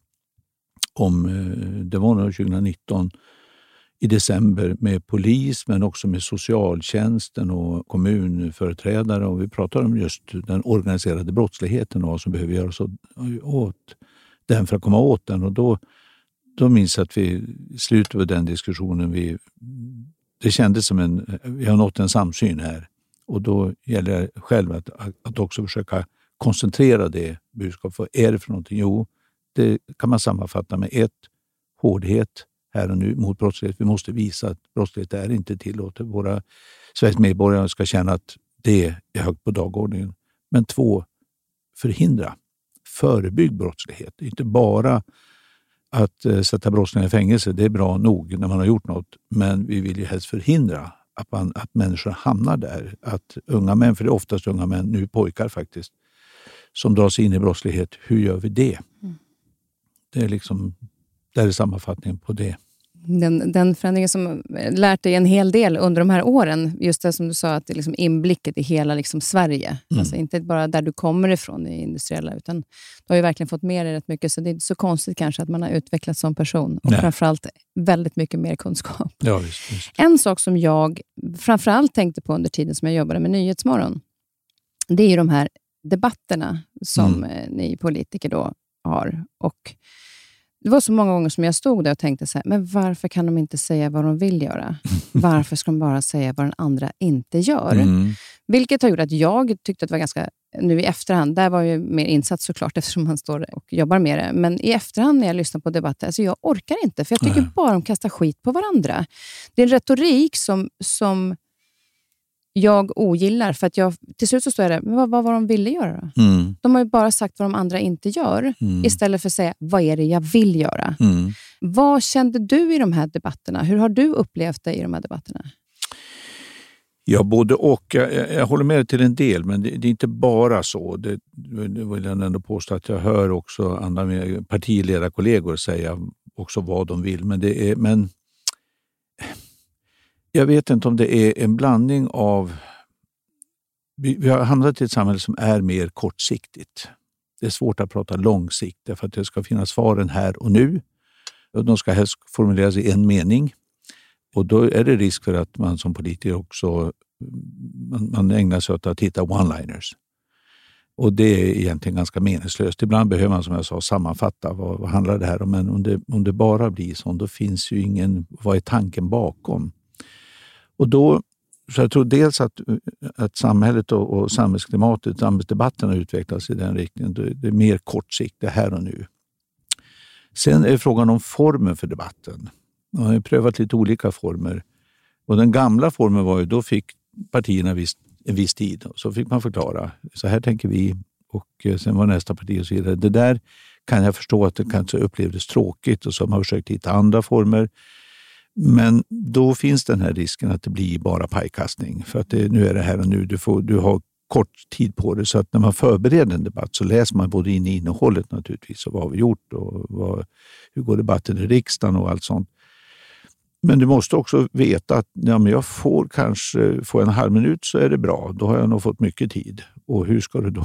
Om, eh, det var nog tjugonitton. I december med polis men också med socialtjänsten och kommunföreträdare, och vi pratar om just den organiserade brottsligheten och vad som behöver göras åt den för att komma åt den. Och då, då minns jag att vi i slutet av den diskussionen, vi, det kändes som en, vi har nått en samsyn här, och då gäller det själv att, att också försöka koncentrera det budskapet. Vad är det för någonting? Jo, det kan man sammanfatta med ett, hårdhet här och nu mot brottslighet. Vi måste visa att brottslighet är inte tillåtet. Våra Sveriges medborgare ska känna att det är högt på dagordningen. Men två, förhindra. Förebygg brottslighet. Inte bara att eh, sätta brottslingar i fängelse. Det är bra nog när man har gjort något. Men vi vill ju helst förhindra att, man, att människor hamnar där. Att unga män, för det är oftast unga män, nu pojkar faktiskt, som dras in i brottslighet. Hur gör vi det? Mm. Det är liksom... Det är sammanfattningen på det. Den, den förändringen som lärt dig en hel del under de här åren, just det som du sa, att det är liksom inblicket i hela liksom Sverige. Mm. Alltså inte bara där du kommer ifrån i industriella, utan du har ju verkligen fått med dig rätt mycket. Så det är inte så konstigt kanske att man har utvecklats som person. Och Nej. framförallt väldigt mycket mer kunskap. Ja, visst, visst. En sak som jag framförallt tänkte på under tiden som jag jobbade med Nyhetsmorgon, det är ju de här debatterna som mm. ni politiker då har. Och det var så många gånger som jag stod där och tänkte så här, men varför kan de inte säga vad de vill göra? Varför ska de bara säga vad den andra inte gör? Mm. Vilket har gjort att jag tyckte att det var ganska, nu i efterhand, där var ju mer insats såklart eftersom man står och jobbar med det. Men i efterhand när jag lyssnar på debatter, alltså jag orkar inte, för jag tycker mm. bara de kastar skit på varandra. Det är en retorik som, som jag ogillar, för att jag till slut så står jag där, men vad, vad var de ville göra då? Mm. De har ju bara sagt vad de andra inte gör, mm. istället för att säga, vad är det jag vill göra? Mm. Vad kände du i de här debatterna? Hur har du upplevt det i de här debatterna? Ja, både och. Jag, jag håller med till en del, men det, det är inte bara så. Det, det vill jag ändå påstå att jag hör också andra partiledarkollegor säga också vad de vill, men det är, men jag vet inte om det är en blandning av... Vi, vi har hamnat i ett samhälle som är mer kortsiktigt. Det är svårt att prata långsiktigt därför att det ska finnas svaren här och nu. Och de ska helst formuleras i en mening. Och då är det risk för att man som politiker också man, man ägnar sig åt att hitta one-liners. Och det är egentligen ganska meningslöst. Ibland behöver man, som jag sa, sammanfatta vad, vad handlar det här om. Men om det, om det bara blir så, då finns ju ingen, vad är tanken bakom? Och då, så jag tror dels att, att samhället och, och samhällsklimatet, samhällsdebatten har utvecklats i den riktningen. Det, det är mer kortsiktigt här och nu. Sen är frågan om formen för debatten. Man har ju prövat lite olika former. Och den gamla formen var ju, då fick partierna viss, en viss tid. Så fick man förklara, så här tänker vi. Och sen var nästa parti och så vidare. Det där kan jag förstå att det kanske upplevdes tråkigt. Och så har man försökt hitta andra former. Men då finns den här risken att det blir bara pajkastning. För att det, nu är det här och nu. Du, får, du har kort tid på det. Så att när man förbereder en debatt så läser man både in i innehållet naturligtvis. Och vad har vi gjort och vad, hur går debatten i riksdagen och allt sånt. Men du måste också veta att ja, men jag får kanske få en halv minut så är det bra. Då har jag nog fått mycket tid. Och hur ska du då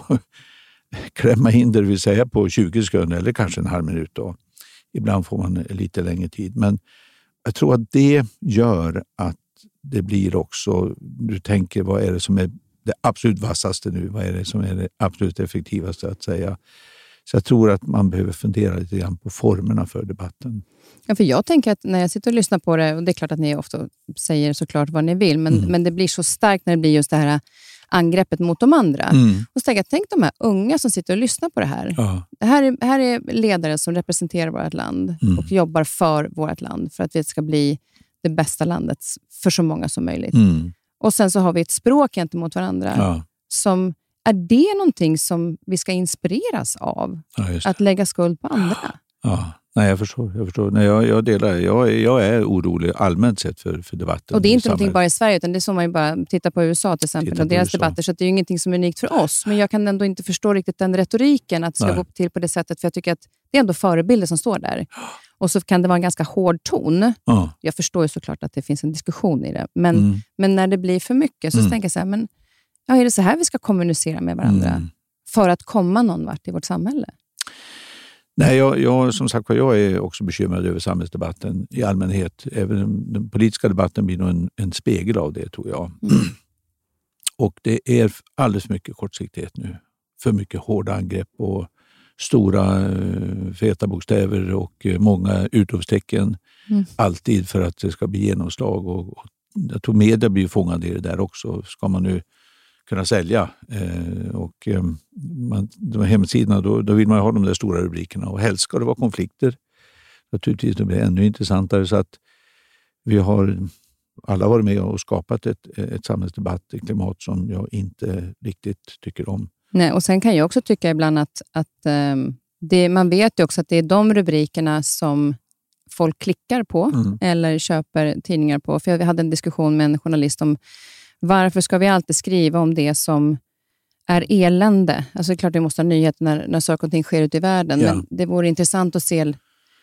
klämma in det, vill säga på tjugo sekunder eller kanske en halv minut då. Ibland får man lite längre tid. Men jag tror att det gör att det blir också, du tänker vad är det som är det absolut vassaste nu? Vad är det som är det absolut effektivaste att säga? Så jag tror att man behöver fundera lite grann på formerna för debatten. Ja, för jag tänker att när jag sitter och lyssnar på det, och det är klart att ni ofta säger såklart vad ni vill, men, mm. men det blir så starkt när det blir just det här angreppet mot de andra. Mm. Och så tänker jag, tänk de här unga som sitter och lyssnar på det här. Ja. Det här är, här är ledare som representerar vårt land mm. och jobbar för vårt land för att vi ska bli det bästa landet för så många som möjligt. Mm. Och sen så har vi ett språk gentemot varandra ja. som, är det någonting som vi ska inspireras av? Ja, att lägga skuld på andra? Ja. Nej, jag förstår. Jag, förstår. Nej, jag, jag delar. Jag, jag är orolig allmänt sett för, för debatten. Och det är inte någonting bara i Sverige, utan det är som man ju bara tittar på U S A till exempel och deras U S A. Debatter. Så det är ju ingenting som är unikt för oss. Men jag kan ändå inte förstå riktigt den retoriken att det ska Nej. gå till på det sättet. För jag tycker att det är ändå förebilder som står där. Och så kan det vara en ganska hård ton. Ja. Jag förstår ju såklart att det finns en diskussion i det. Men, mm. men när det blir för mycket så mm. tänker jag så här, men ja, är det så här vi ska kommunicera med varandra? Mm. För att komma någon vart i vårt samhälle? Nej, jag, jag, som sagt, jag är också bekymrad över samhällsdebatten i allmänhet. Även den politiska debatten blir nog en, en spegel av det, tror jag. Mm. Och det är alldeles för mycket kortsiktighet nu. För mycket hårda angrepp och stora feta bokstäver och många utropstecken. Mm. Alltid för att det ska bli genomslag. Och, och jag tror media blir fångade i det där också. Ska man nu kunna sälja. Eh, och eh, man, de här hemsidorna, då, då vill man ha de där stora rubrikerna. Och helst ska det vara konflikter. Naturligtvis det blir ännu intressantare. Så att vi har alla varit med och skapat ett, ett samhällsdebatt, ett klimat som jag inte riktigt tycker om. Nej, och sen kan jag också tycka ibland att, att eh, det, man vet ju också att det är de rubrikerna som folk klickar på mm. eller köper tidningar på. För jag hade en diskussion med en journalist om varför ska vi alltid skriva om det som är elände? Alltså det är klart att vi måste ha nyheter när, när saker och ting sker ute i världen. Ja. Men det vore intressant att se,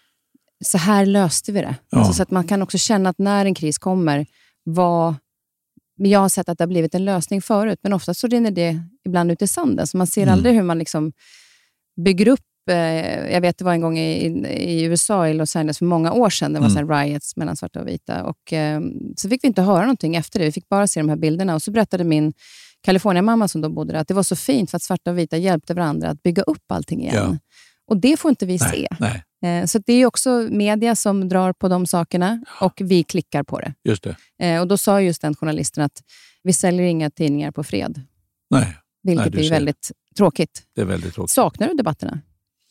så här löste vi det. Ja. Alltså så att man kan också känna att när en kris kommer, vad, jag har sett att det har blivit en lösning förut. Men ofta så rinner det ibland ut i sanden. Så man ser mm. aldrig hur man liksom bygger upp. Jag vet det var en gång i, i U S A, i Los Angeles för många år sedan. Det var mm. så här riots mellan svarta och vita. Och eh, så fick vi inte höra någonting efter det. Vi fick bara se de här bilderna. Och så berättade min Kalifornien-mamma som då bodde där att det var så fint för att svarta och vita hjälpte varandra att bygga upp allting igen. Ja. Och det får inte vi nej, se. Nej. Eh, så det är också media som drar på de sakerna och vi klickar på det. Just det. Eh, och då sa just den journalisten att vi säljer inga tidningar på fred. Nej. Vilket nej, är väldigt tråkigt. Det är väldigt tråkigt. Saknar du debatterna?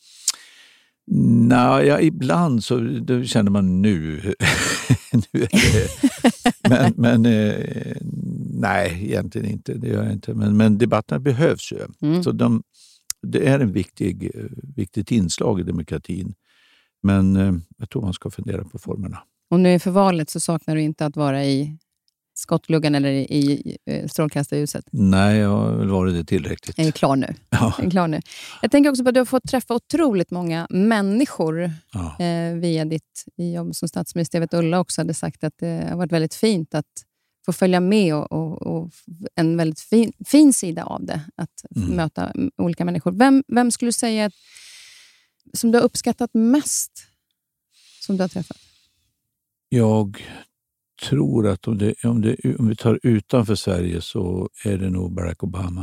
Nej, ja, ibland så då känner man nu. nu är det. Men, men eh, nej, egentligen inte. Det gör jag inte. Men, men debatterna behövs ju. Mm. Så de, det är en viktig, viktigt inslag i demokratin. Men eh, jag tror man ska fundera på formerna. Och nu för valet så saknar du inte att vara i skottluggan eller i, i, i strålkastarljuset? Nej, jag har väl varit det tillräckligt. Jag är klar nu. Ja. Jag är klar nu. Jag tänker också på att du har fått träffa otroligt många människor ja. eh, via ditt jobb som statsminister. Jag vet Ulla också hade sagt att det har varit väldigt fint att få följa med och, och, och en väldigt fin, fin sida av det. Att mm. möta olika människor. Vem, vem skulle du säga att, som du har uppskattat mest som du har träffat? Jag tror att om, det, om, det, om vi tar utanför Sverige så är det nog Barack Obama.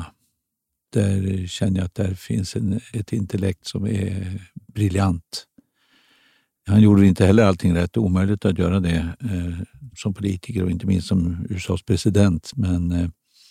Där känner jag att där finns en, ett intellekt som är briljant. Han gjorde inte heller allting rätt, omöjligt att göra det eh, som politiker och inte minst som U S A:s president. Men eh,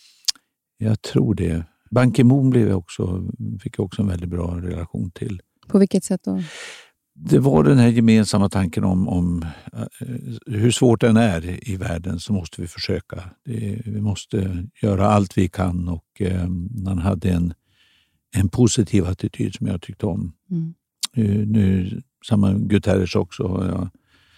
jag tror det. Ban Ki-moon blev jag också, fick jag också en väldigt bra relation till. På vilket sätt då? Det var den här gemensamma tanken om, om uh, hur svårt den är i världen så måste vi försöka. Det, vi måste göra allt vi kan och uh, han hade en, en positiv attityd som jag tyckte om. Mm. Uh, nu, samma Guterres också. Ja.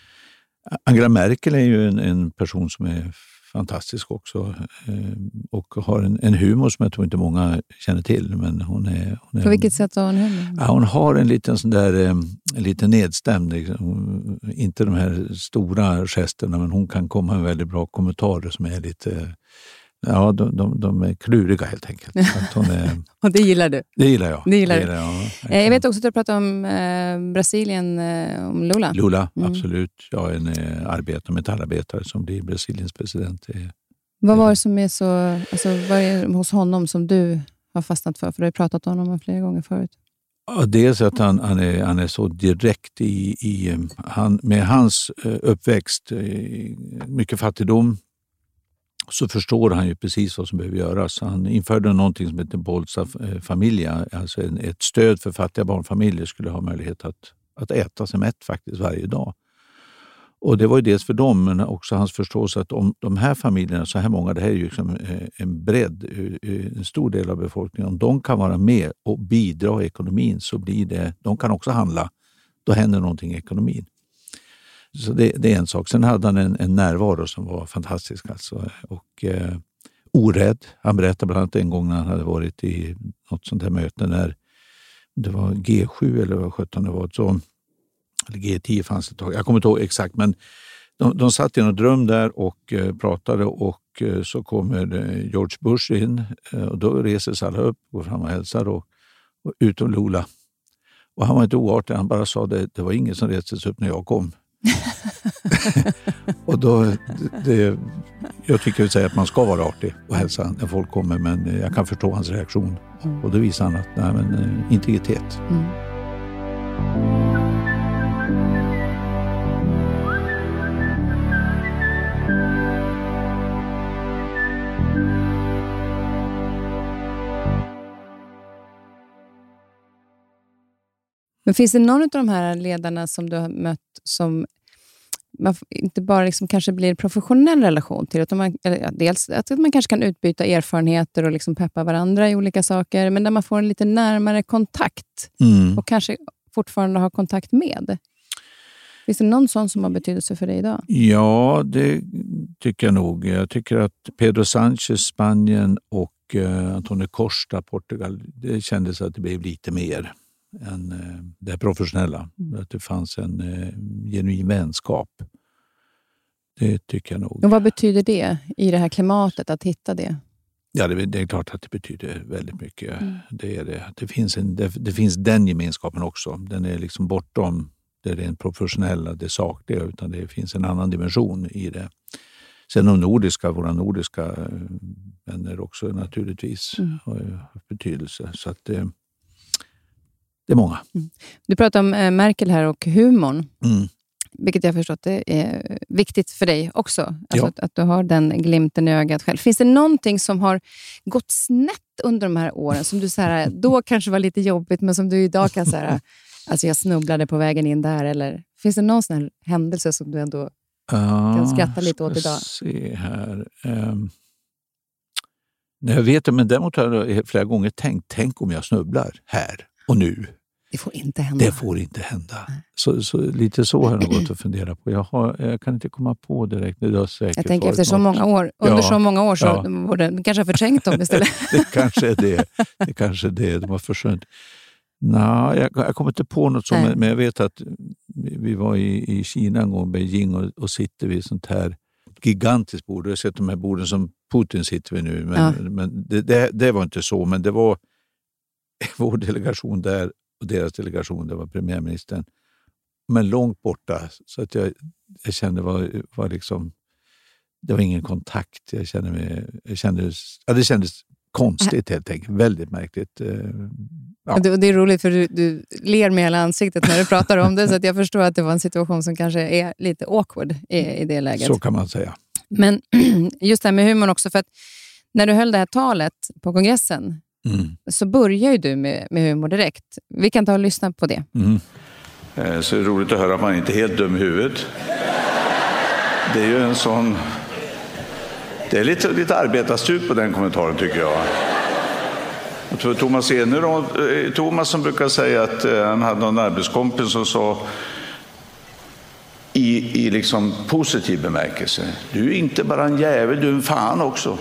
Angela Merkel är ju en, en person som är fantastisk också eh, och har en, en humor som jag tror inte många känner till. Men hon är, hon är, på vilket sätt har hon humor? Ja, hon har en liten sån där, eh, lite nedstämd. Liksom. Inte de här stora gesterna, men hon kan komma med väldigt bra kommentarer som är lite, ja, de, de, de är kluriga helt enkelt. Att hon är, och det gillar du? Det gillar jag. Det gillar det du. gillar jag, eh, jag vet också att du pratar om eh, Brasilien, eh, om Lula. Lula, mm. absolut. Jag är en eh, arbetare, metallarbetare som blir Brasiliens president. Det, vad var det som är så, alltså, vad är det hos honom som du har fastnat för? För du har pratat om honom flera gånger förut. Ja, dels att han, han, är, han är så direkt i, i han, med hans uppväxt, mycket fattigdom, så förstår han ju precis vad som behöver göras. Han införde någonting som heter Bolsa Familia, alltså en, ett stöd för fattiga barnfamiljer skulle ha möjlighet att, att äta sig mätt faktiskt varje dag. Och det var ju dels för dem, men också hans förståelse att om de här familjerna, så här många, det här är ju liksom en bredd, en stor del av befolkningen, om de kan vara med och bidra i ekonomin så blir det, de kan också handla, då händer någonting i ekonomin. Så det, det är en sak. Sen hade han en, en närvaro som var fantastisk alltså. Och eh, orädd. Han berättade bland annat en gång när han hade varit i något sånt här möte när det var G sju eller vad sjutton det var, så eller G tio fanns det ett tag. Jag kommer inte ihåg exakt, men de, de satt i en dröm där och eh, pratade och eh, så kommer eh, George Bush in eh, och då reser sig alla upp, går fram och hälsar och, och utom Lula. Och han var inte oartig, han bara sa det, det var ingen som reste sig upp när jag kom. Och då, det, jag tycker att säga att man ska vara artig och hälsa när folk kommer, men jag kan förstå hans reaktion. Mm. Och då visar han att nej, men, integritet. Mm. Men finns det någon av de här ledarna som du har mött som man inte bara liksom kanske blir en professionell relation till, utan man, eller, dels att man kanske kan utbyta erfarenheter och liksom peppa varandra i olika saker, men där man får en lite närmare kontakt mm. och kanske fortfarande har kontakt med? Finns det någon sån som har betydelse för dig idag? Ja, det tycker jag nog. Jag tycker att Pedro Sánchez, Spanien och uh, Antonio Costa, Portugal, det kändes att det blev lite mer än uh, det professionella. Mm. Att det fanns en uh, genuin vänskap. Det tycker jag nog. Och vad betyder det i det här klimatet att hitta det? Ja, det, det är klart att det betyder väldigt mycket. Mm. Det är det. Det finns, en, det, det finns den gemenskapen också. Den är liksom bortom det rent professionella, det sakliga, utan det finns en annan dimension i det. Sen de nordiska, våra nordiska vänner också naturligtvis mm. har betydelse. Så att det, det är många. Mm. Du pratar om eh, Merkel här och humorn. Mm. Vilket jag förstått är eh, viktigt för dig också. Alltså ja. att, att du har den glimten i ögat själv. Finns det någonting som har gått snett under de här åren som du så här, då kanske var lite jobbigt, men som du idag kan säga, alltså jag snubblade på vägen in där, eller finns det någon sån här händelse som du ändå uh, kan skratta lite åt idag? Se här. Um, nej, jag vet det, men däremot har jag flera gånger tänkt, tänk om jag snubblar här och nu. Det får inte hända. Det får inte hända. Så, så lite så har jag gått att fundera på. Jag, har, jag kan inte komma på direkt. Det säkert jag tänker efter så många år. Under ja, så många år så ja. borde de kanske ha förträngt dem istället. det kanske är det. Det kanske är det. De har försökt. Nej, jag, jag kommer inte på något sånt. Men jag vet att vi var i, i Kina en gång, Beijing, och, och sitter vid sånt här gigantiskt bord. Jag har sett de här borden som Putin sitter vid nu. Men, ja. men det, det, det var inte så. Men det var vår delegation där. Och deras delegation, det var premiärministern. Men långt borta. Så att jag, jag kände var, var liksom... det var ingen kontakt. Jag kände mig, jag kände, ja, det kändes konstigt helt enkelt. Väldigt märkligt. Ja. Det, det är roligt för du, du ler med hela ansiktet när du pratar om det, så att jag förstår att det var en situation som kanske är lite awkward i, i det läget. Så kan man säga. Men just det här med humorn också, för att när du höll det här talet på kongressen mm. så börjar ju du med, med humor direkt. Vi kan ta och lyssna på det. Mm. Så är det roligt att höra att man inte är helt dum i huvudet. Det är ju en sån... Det är lite, lite arbetarstuk på den kommentaren, tycker jag. Jag tror Thomas Eneroth, Thomas som brukar säga att han hade någon arbetskompis som sa i, i liksom positiv bemärkelse: du är inte bara en jävel, du är en fan också.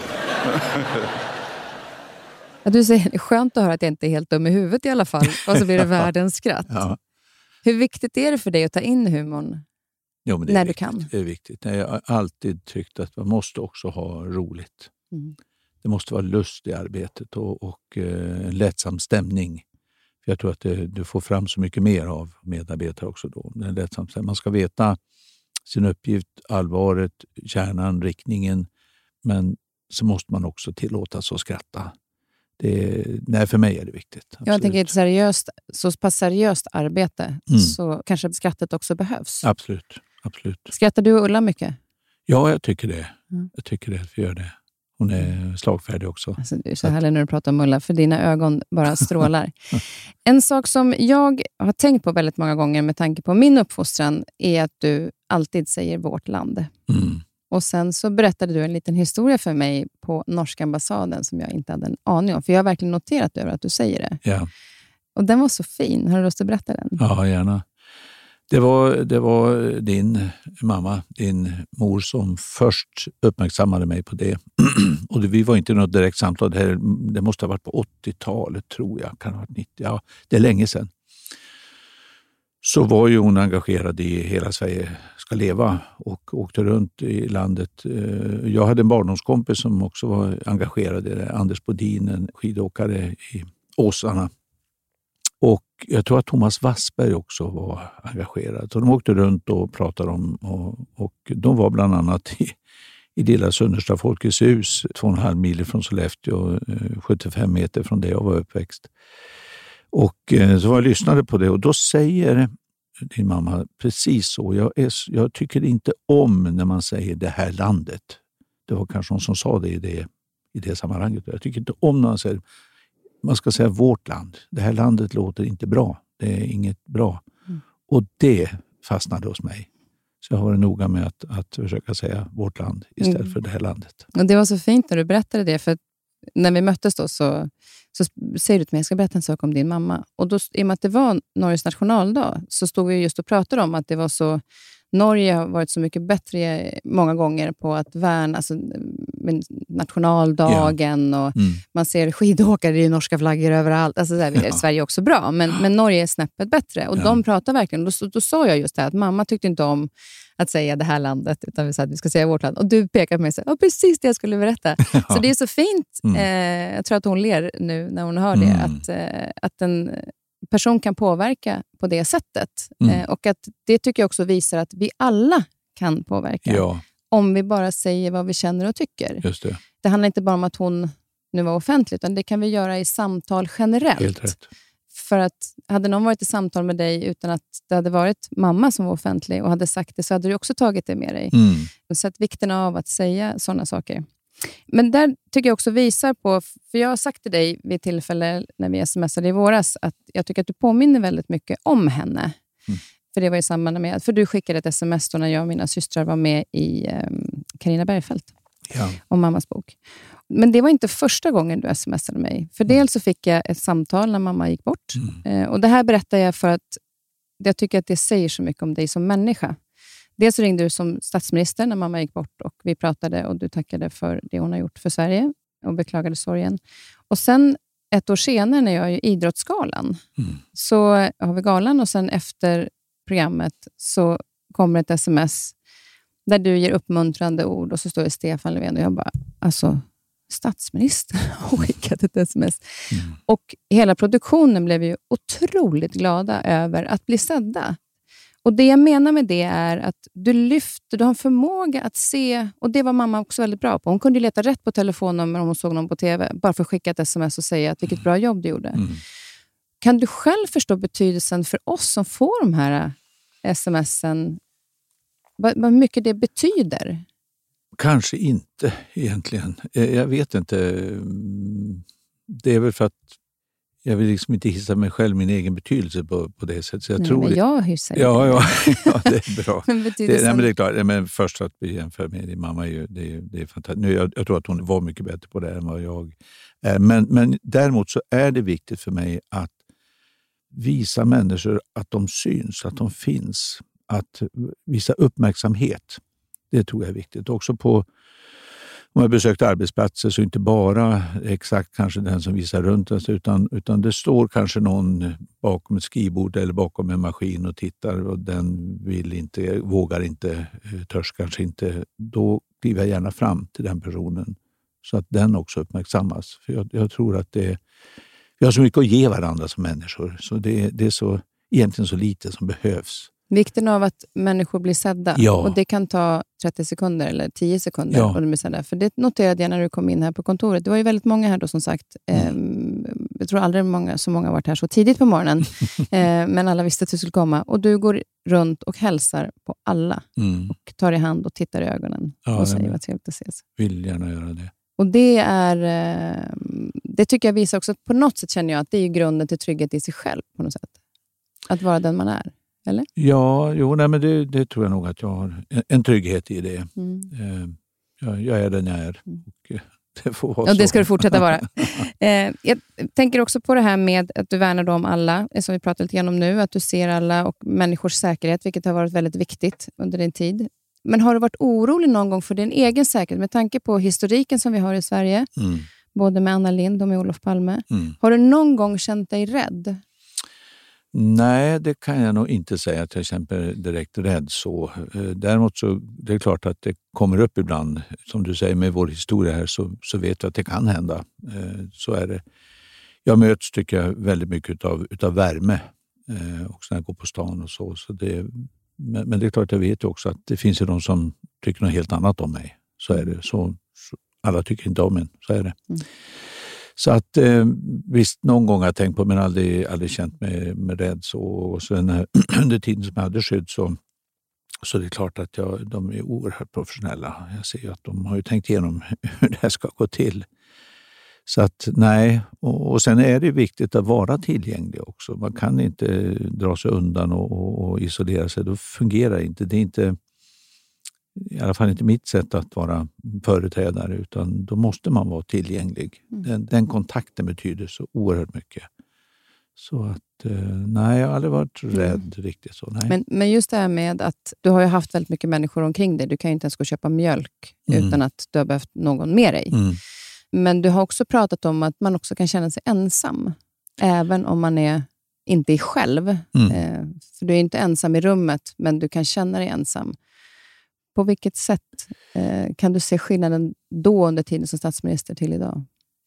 Ja, du säger, det är skönt att höra att jag inte är helt dum i huvudet i alla fall. Och så blir det världens skratt. Ja. Hur viktigt är det för dig att ta in humorn? Jo, men det när är du viktigt, kan? Det är viktigt. Jag har alltid tyckt att man måste också ha roligt. Mm. Det måste vara lust i arbetet och, och eh, en lättsam stämning. För jag tror att det, du får fram så mycket mer av medarbetare också då. En lättsam stämning. Man ska veta sin uppgift, allvaret, kärnan, riktningen. Men så måste man också tillåtas att skratta. Det, nej, för mig är det viktigt. Absolut. Jag tänker ett seriöst, så pass seriöst arbete mm. så kanske skrattet också behövs. Absolut, absolut. Skrattar du och Ulla mycket? Ja, jag tycker det. Mm. Jag tycker det, vi gör det. Hon är slagfärdig också. Alltså, du är så härlig när du pratar om Ulla, för dina ögon bara strålar. En sak som jag har tänkt på väldigt många gånger med tanke på min uppfostran är att du alltid säger vårt land. Mm. Och sen så berättade du en liten historia för mig på norska ambassaden som jag inte hade en aning om. För jag har verkligen noterat över att du säger det. Ja. Och den var så fin. Har du lust att berätta den? Ja, gärna. Det var, det var din mamma, din mor, som först uppmärksammade mig på det. Och det, vi var inte något direkt samtal. Det, här, det måste ha varit på åttiotalet, tror jag. Kan ha varit nittio. Ja, det är länge sedan. Så var ju hon engagerad i Hela Sverige ska leva och åkte runt i landet. Jag hade en barndomskompis som också var engagerad i det. Anders Bodin, en skidåkare i Åsarna. Och jag tror att Thomas Wassberg också var engagerad. Så de åkte runt och pratade om, och, och de var bland annat i, i Lilla Sunnersta Folkets hus, två och en halv mil från Sollefteå, sjuttiofem meter från där jag var uppväxt. Och så jag lyssnade på det och då säger din mamma precis så. Jag, är, jag tycker inte om när man säger det här landet. Det var kanske någon som sa det i det, i det sammanhanget. Jag tycker inte om när man säger, man ska säga vårt land. Det här landet låter inte bra. Det är inget bra. Mm. Och det fastnade hos mig. Så jag har varit noga med att, att försöka säga vårt land istället mm. för det här landet. Och det var så fint när du berättade det, för när vi möttes då så, så säger du till mig, jag ska berätta en sak om din mamma. Och då, i och med att det var Norges nationaldag, så stod vi just och pratade om att det var så, Norge har varit så mycket bättre många gånger på att värna, alltså, med nationaldagen ja. och mm. man ser skidåkare i norska flaggor överallt. Alltså, där, ja. Sverige är också bra, men, men Norge är snäppet bättre. Och ja. de pratar verkligen, då, då sa jag just det här, att mamma tyckte inte om att säga det här landet, utan vi sa att vi ska säga vårt land. Och du pekar på mig och säger, ja, precis det jag skulle berätta. Ja. Så det är så fint. Mm. Eh, jag tror att hon ler nu när hon hör det. Mm. Att, eh, att en person kan påverka på det sättet. Mm. Eh, och att det tycker jag också visar att vi alla kan påverka. Ja. Om vi bara säger vad vi känner och tycker. Just det. Det handlar inte bara om att hon nu var offentlig, utan det kan vi göra i samtal generellt. Helt rätt. För att hade någon varit i samtal med dig utan att det hade varit mamma som var offentlig och hade sagt det, så hade du också tagit det med dig. Mm. Så att vikten av att säga sådana saker. Men där tycker jag också visar på, för jag har sagt till dig vid tillfälle när vi smsade i våras, att jag tycker att du påminner väldigt mycket om henne. Mm. För det var i samband med, för du skickade ett sms då när jag och mina systrar var med i um, Carina Bergfeldt ja. om mammas bok. Men det var inte första gången du smsade mig. För dels så fick jag ett samtal när mamma gick bort. Mm. Eh, och det här berättar jag för att jag tycker att det säger så mycket om dig som människa. Dels så ringde du som statsminister när mamma gick bort och vi pratade och du tackade för det hon har gjort för Sverige och beklagade sorgen. Och sen ett år senare när jag är i Idrottsgalan mm. så har vi galan och sen efter programmet så kommer ett sms där du ger uppmuntrande ord och så står det Stefan Löfven och jag bara, alltså statsministern har skickat ett sms. Mm. Och hela produktionen blev ju otroligt glada över att bli sedda. Och det jag menar med det är att du lyfter, du har en förmåga att se, och det var mamma också väldigt bra på. Hon kunde leta rätt på telefonnummer om hon såg någon på tv, bara för att skicka ett sms och säga att vilket bra jobb du gjorde. Mm. Kan du själv förstå betydelsen för oss som får de här smsen, vad, vad mycket det betyder? Kanske inte egentligen. Jag vet inte. Det är väl för att jag vill liksom inte hissa mig själv min egen betydelse på, på det sättet. Så jag nej, tror men det. jag hyssar ja, ja, ja, det är bra. men betydelsen... det, nej, men det är klart. Men först att vi jämför med din mamma, är ju, det, är, det är fantastiskt. Nu, jag, jag tror att hon var mycket bättre på det än vad jag är. Men, men däremot så är det viktigt för mig att visa människor att de syns, att de finns. Att visa uppmärksamhet. Det tror jag är viktigt. Också på, om jag besökt arbetsplatser så inte bara exakt kanske den som visar runt oss, utan, utan det står kanske någon bakom ett skrivbord eller bakom en maskin och tittar och den vill inte, vågar inte, törs kanske inte. Då kliver jag gärna fram till den personen så att den också uppmärksammas. För jag, jag tror att det, vi har så mycket att ge varandra som människor, så det, det är så, egentligen så lite som behövs. Vikten av att människor blir sedda. Ja. Och det kan ta trettio sekunder eller tio sekunder. Ja. Och de blir sedda. För det noterade jag när du kom in här på kontoret. Det var ju väldigt många här då som sagt. Mm. Eh, jag tror aldrig många, så många har varit här så tidigt på morgonen. eh, men alla visste att du skulle komma. Och du går runt och hälsar på alla. Mm. Och tar i hand och tittar i ögonen. Ja, och säger vad trevligt att ses. Vill gärna göra det. Och det är... Eh, det tycker jag visar också. På något sätt känner jag att det är grunden till trygghet i sig själv. På något sätt. Att vara den man är. Eller? Ja, jo, nej, men det, det tror jag nog att jag har en, en trygghet i det. Mm. Eh, jag, jag är den jag är. Och, eh, det får vara ja, så. det ska du fortsätta vara. eh, jag tänker också på det här med att du värnar om alla, som vi pratar lite grann om nu, att du ser alla och människors säkerhet, vilket har varit väldigt viktigt under din tid. Men har du varit orolig någon gång för din egen säkerhet med tanke på historiken som vi har i Sverige, mm. både med Anna Lindh och med Olof Palme? Mm. Har du någon gång känt dig rädd? Nej, det kan jag nog inte säga att jag känner direkt rädd så. Däremot så det är klart att det kommer upp ibland. Som du säger med vår historia här så, så vet jag att det kan hända. Så är det. Jag möts tycker jag väldigt mycket utav, utav värme. Också när jag går på stan och så. så det, men, men det är klart jag vet också att det finns ju de som tycker något helt annat om mig. Så är det. Så, så alla tycker inte om en. Så är det. Mm. Så att eh, visst, någon gång har jag tänkt på men aldrig, aldrig känt mig med rädd. Så, och sen eh, under tiden som jag hade skydd så, så det är klart att jag, de är oerhört professionella. Jag ser ju att de har ju tänkt igenom hur det här ska gå till. Så att nej, och, och sen är det viktigt att vara tillgänglig också. Man kan inte dra sig undan och, och, och isolera sig, då fungerar det inte. Det är inte... i alla fall inte mitt sätt att vara företrädare, utan då måste man vara tillgänglig. Den, den kontakten betyder så oerhört mycket. Så att, nej, jag har aldrig varit rädd mm. riktigt så. Nej. Men, men just det här med att du har ju haft väldigt mycket människor omkring dig. Du kan ju inte ens gå och köpa mjölk mm. utan att du har behövt någon med dig. Mm. Men du har också pratat om att man också kan känna sig ensam. Även om man är inte är själv. Mm. Eh, för du är inte ensam i rummet, men du kan känna dig ensam. På vilket sätt eh, kan du se skillnaden då under tiden som statsminister till idag?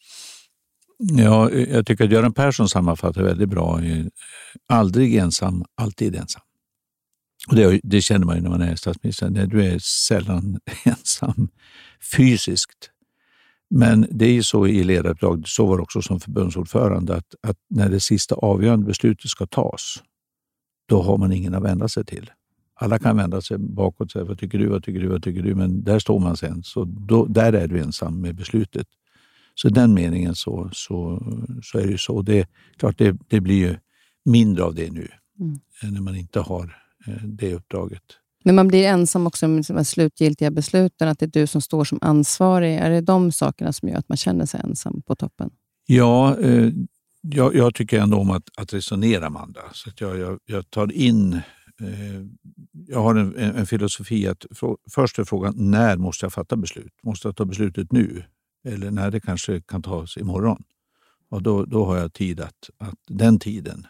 Ja, jag tycker att Göran Persson sammanfattar väldigt bra. Aldrig ensam, alltid ensam. Och det, det känner man ju när man är statsminister. Du är sällan ensam fysiskt. Men det är ju så i ledaruppdrag, så var det också som förbundsordförande, att, att när det sista avgörande beslutet ska tas, då har man ingen att vända sig till. Alla kan vända sig bakåt och säga, vad tycker du, vad tycker du, vad tycker du? Men där står man sen, så då, där är du ensam med beslutet. Så i den meningen så, så, så är det ju så. Det, klart, det, det blir ju mindre av det nu, mm. när man inte har det uppdraget. Men man blir ensam också med de slutgiltiga besluten, att det är du som står som ansvarig. Är det de sakerna som gör att man känner sig ensam på toppen? Ja, eh, jag, jag tycker ändå om att, att resonera med andra. Så att jag, jag, jag tar in... Eh, jag har en, en filosofi att för, först är frågan, när måste jag fatta beslut? Måste jag ta beslutet nu? Eller när det kanske kan tas imorgon? Och då, då har jag tid att, att den tiden.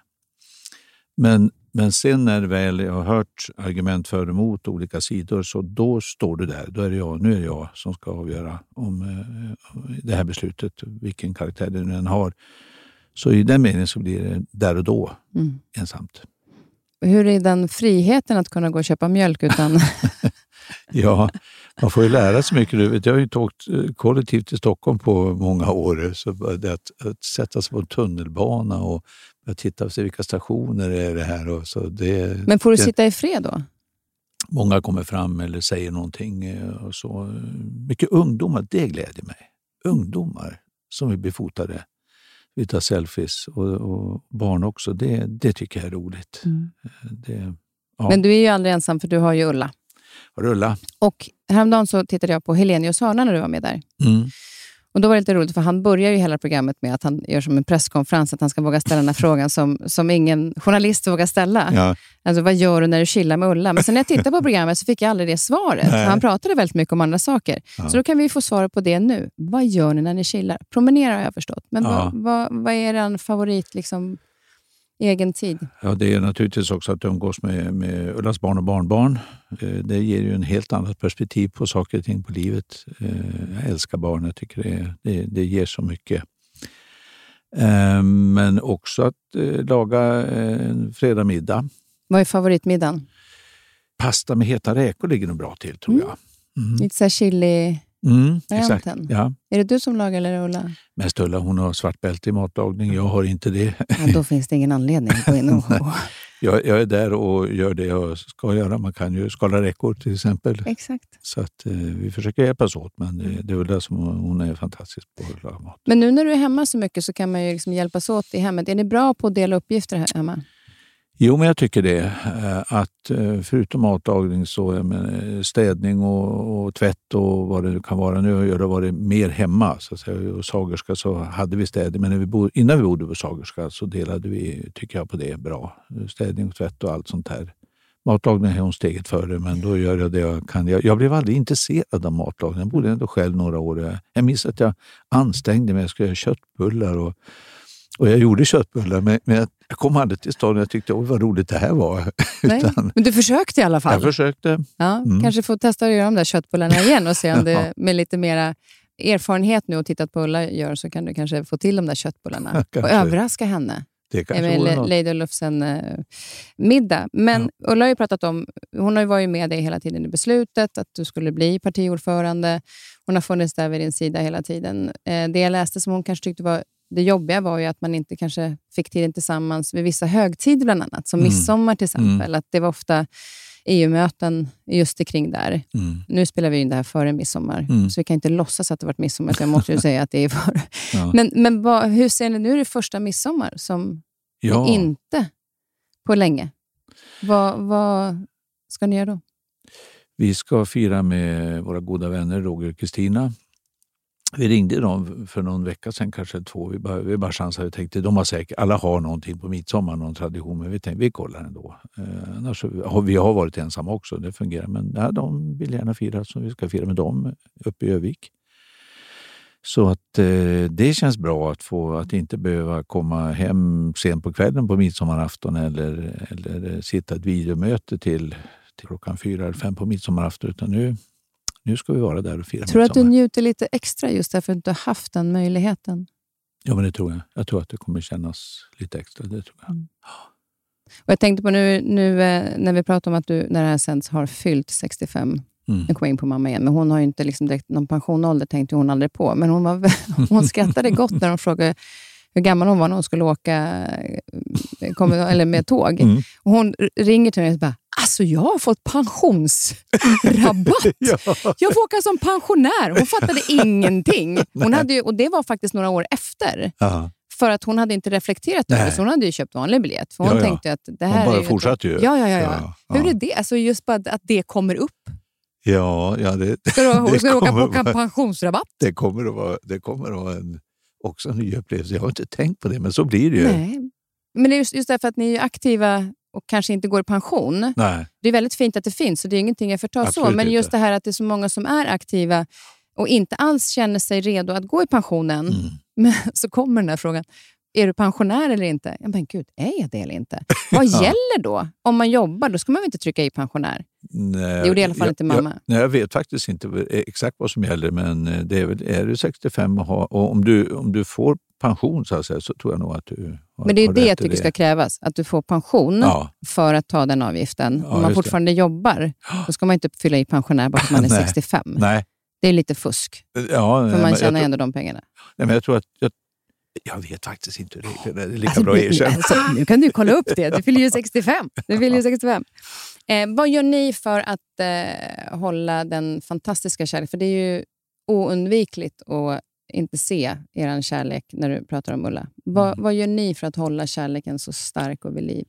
Men Men sen när väl jag har hört argument för och emot olika sidor, så då står du där. Då är det jag, nu är det jag som ska avgöra om eh, det här beslutet, vilken karaktär det nu än har. Så i den meningen så blir det där och då mm. ensamt. hur är den friheten att kunna gå och köpa mjölk utan... Ja, man får ju lära sig mycket. Jag har ju inte åkt kollektivt till Stockholm på många år. Så det att, att sätta sig på en tunnelbana och att titta och se vilka stationer är det här. Och så det, Men får du det, sitta i fred då? Många kommer fram eller säger någonting. Och så. Mycket ungdomar, det gläder mig. Ungdomar som är befotade. Vi tar selfies och, och barn också. Det, det tycker jag är roligt. Mm. Det, ja. Men du är ju aldrig ensam för du har ju Ulla. Rulla. Och häromdagen så tittade jag på Helenius hörna när du var med där. Mm. Och då var det lite roligt för han börjar ju hela programmet med att han gör som en presskonferens att han ska våga ställa den här frågan som, som ingen journalist vågar ställa. Ja. Alltså vad gör du när du chillar med Ulla? Men sen när jag tittade på programmet så fick jag aldrig det svaret. För han pratade väldigt mycket om andra saker. Ja. Så då kan vi få svar på det nu. Vad gör ni när ni chillar? Promenerar har jag förstått. Men ja. vad, vad, vad är er favorit liksom... egen tid? Ja, det är naturligtvis också att umgås med, med Ullas barn och barnbarn. Det ger ju en helt annat perspektiv på saker och ting på livet. Jag älskar barn, jag tycker det, det, det ger så mycket. Men också att laga en fredagmiddag. Vad är favoritmiddagen? Pasta med heta räkor ligger nog bra till, tror jag. Mm. Lite så här chili... Mm, exakt. Ja. Är det du som lagar eller Ulla? Mest Ulla, hon har svart bälte i matlagning. Jag har inte det. Ja, då finns det ingen anledning att gå in och... jag, jag är där och gör det jag ska göra. Man kan ju skala räckor till exempel. Exakt. Så att eh, vi försöker hjälpas åt. Men det, det är Ulla som hon är fantastisk på att laga mat. Men nu när du är hemma så mycket så kan man ju liksom hjälpas åt i hemmet. Är ni bra på att dela uppgifter här hemma? Jo, men jag tycker det. Att förutom matlagning så städning och, och tvätt och vad det kan vara. Nu har det varit mer hemma. Så att säga. Och Sagerska så hade vi städning. Men när vi bod, innan vi bodde på Sagerska så delade vi, tycker jag, på det bra. Städning och tvätt och allt sånt här. Matlagning är hon steget före, men då gör jag det jag kan. Jag, jag blev aldrig intresserad av matlagning. Jag bodde ändå själv några år. Jag minns att jag ansträngde mig. Jag skulle göra köttbullar och Och jag gjorde köttbullar, men jag kom aldrig till stan och jag tyckte, oj vad roligt det här var. Nej, Utan, men du försökte i alla fall. Jag försökte. Ja, mm. Kanske få testa att göra de där köttbullarna igen och se om det med lite mera erfarenhet nu och tittat på Ulla gör så kan du kanske få till de där köttbullarna. Och överraska henne. Det kanske med Lady Lufsen eh, middag. Men ja. Ulla har ju pratat om, hon har ju varit med dig hela tiden i beslutet att du skulle bli partiordförande. Hon har funnits där vid din sida hela tiden. Eh, det jag läste som hon kanske tyckte var det jobbiga var ju att man inte kanske fick tiden tillsammans vid vissa högtider bland annat. Som mm. midsommar till exempel. Mm. Att det var ofta E U-möten just kring där. Mm. Nu spelar vi in det här före midsommar. Mm. Så vi kan inte låtsas att det varit midsommar. Så jag måste ju säga att det är före. Ja. Men, men vad, hur ser ni nu? Är det första midsommar som ja. inte på länge. Vad, vad ska ni göra då? Vi ska fira med våra goda vänner Roger och Kristina. Vi ringde dem för någon vecka sedan, kanske två. Vi bara, vi bara chansade och tänkte, de har säkert, alla har någonting på midsommar, någon tradition. Men vi tänkte, vi kollar ändå. Eh, annars, vi har varit ensamma också, det fungerar. Men ja, de vill gärna fira, så vi ska fira med dem uppe i Övik. Så att eh, det känns bra att få, att inte behöva komma hem sent på kvällen på midsommarafton eller, eller sitta ett videomöte till, till klockan fyra eller fem på midsommarafton, utan nu Nu ska vi vara där och fira. Tror du att du njuter lite extra just därför att du inte har haft den möjligheten? Ja, men det tror jag. Jag tror att det kommer kännas lite extra, det tror jag. Mm. Och jag tänkte på nu, nu när vi pratar om att du, när det här sänds, har fyllt sextiofem. Mm. Jag kommer in på mamma igen, men hon har ju inte liksom direkt någon pensionålder, tänkte hon aldrig på. Men hon, var, hon skrattade gott när de frågade hur gammal hon var när hon skulle åka kom, eller med tåg. Mm. Och hon ringer till mig och bara, alltså jag har fått pensionsrabatt. Ja. Jag får åka som pensionär. Hon fattade ingenting. Hon hade ju, och det var faktiskt några år efter. Aha. För att hon hade inte reflekterat över det. Så hon hade ju köpt vanlig biljett. För hon ja, ja. tänkte att det här hon bara är ju... fortsatte ju. Ja, ja, ja, ja. ja. Hur är det? Alltså just bara att det kommer upp. Ja, ja. Det, ska du, det ska du åka på vara, pensionsrabatt? Det kommer att vara, det kommer att vara en, också en ny upplevelse. Jag har inte tänkt på det, men så blir det ju. Nej. Men det är just, just därför att ni är aktiva och kanske inte går i pension. Nej. Det är väldigt fint att det finns, så det är ingenting jag förtar så. Men just det här att det är så många som är aktiva och inte alls känner sig redo att gå i pensionen. Mm. Men så kommer den här frågan, är du pensionär eller inte? Ja, men gud, är jag det eller inte? Vad ja. gäller då? Om man jobbar, då ska man väl inte trycka i pensionär? Nej, det gjorde i alla fall jag, inte mamma. Jag, nej, jag vet faktiskt inte exakt vad som gäller, men det är, väl, är du sextiofem och, ha, och om, du, om du får pension så, att säga, så tror jag nog att du har, men det är har det rätt jag tycker det. ska krävas, att du får pension ja. för att ta den avgiften. Ja, om man fortfarande det. jobbar, då ska man inte fylla i pensionär bara för att man är nej. sextiofem. Nej. Det är lite fusk. Ja, för man tjänar tror, ändå de pengarna. Nej, men jag tror att jag, jag vet faktiskt inte hur det är. Det är lika alltså, bra att erkänna. Alltså, nu kan du kolla upp det. Du fyller ju sextiofem. Du fyller ju sextiofem. Eh, vad gör ni för att eh, hålla den fantastiska kärleken? För det är ju oundvikligt att inte se er kärlek när du pratar om Ulla. Va, mm. Vad gör ni för att hålla kärleken så stark och vid liv?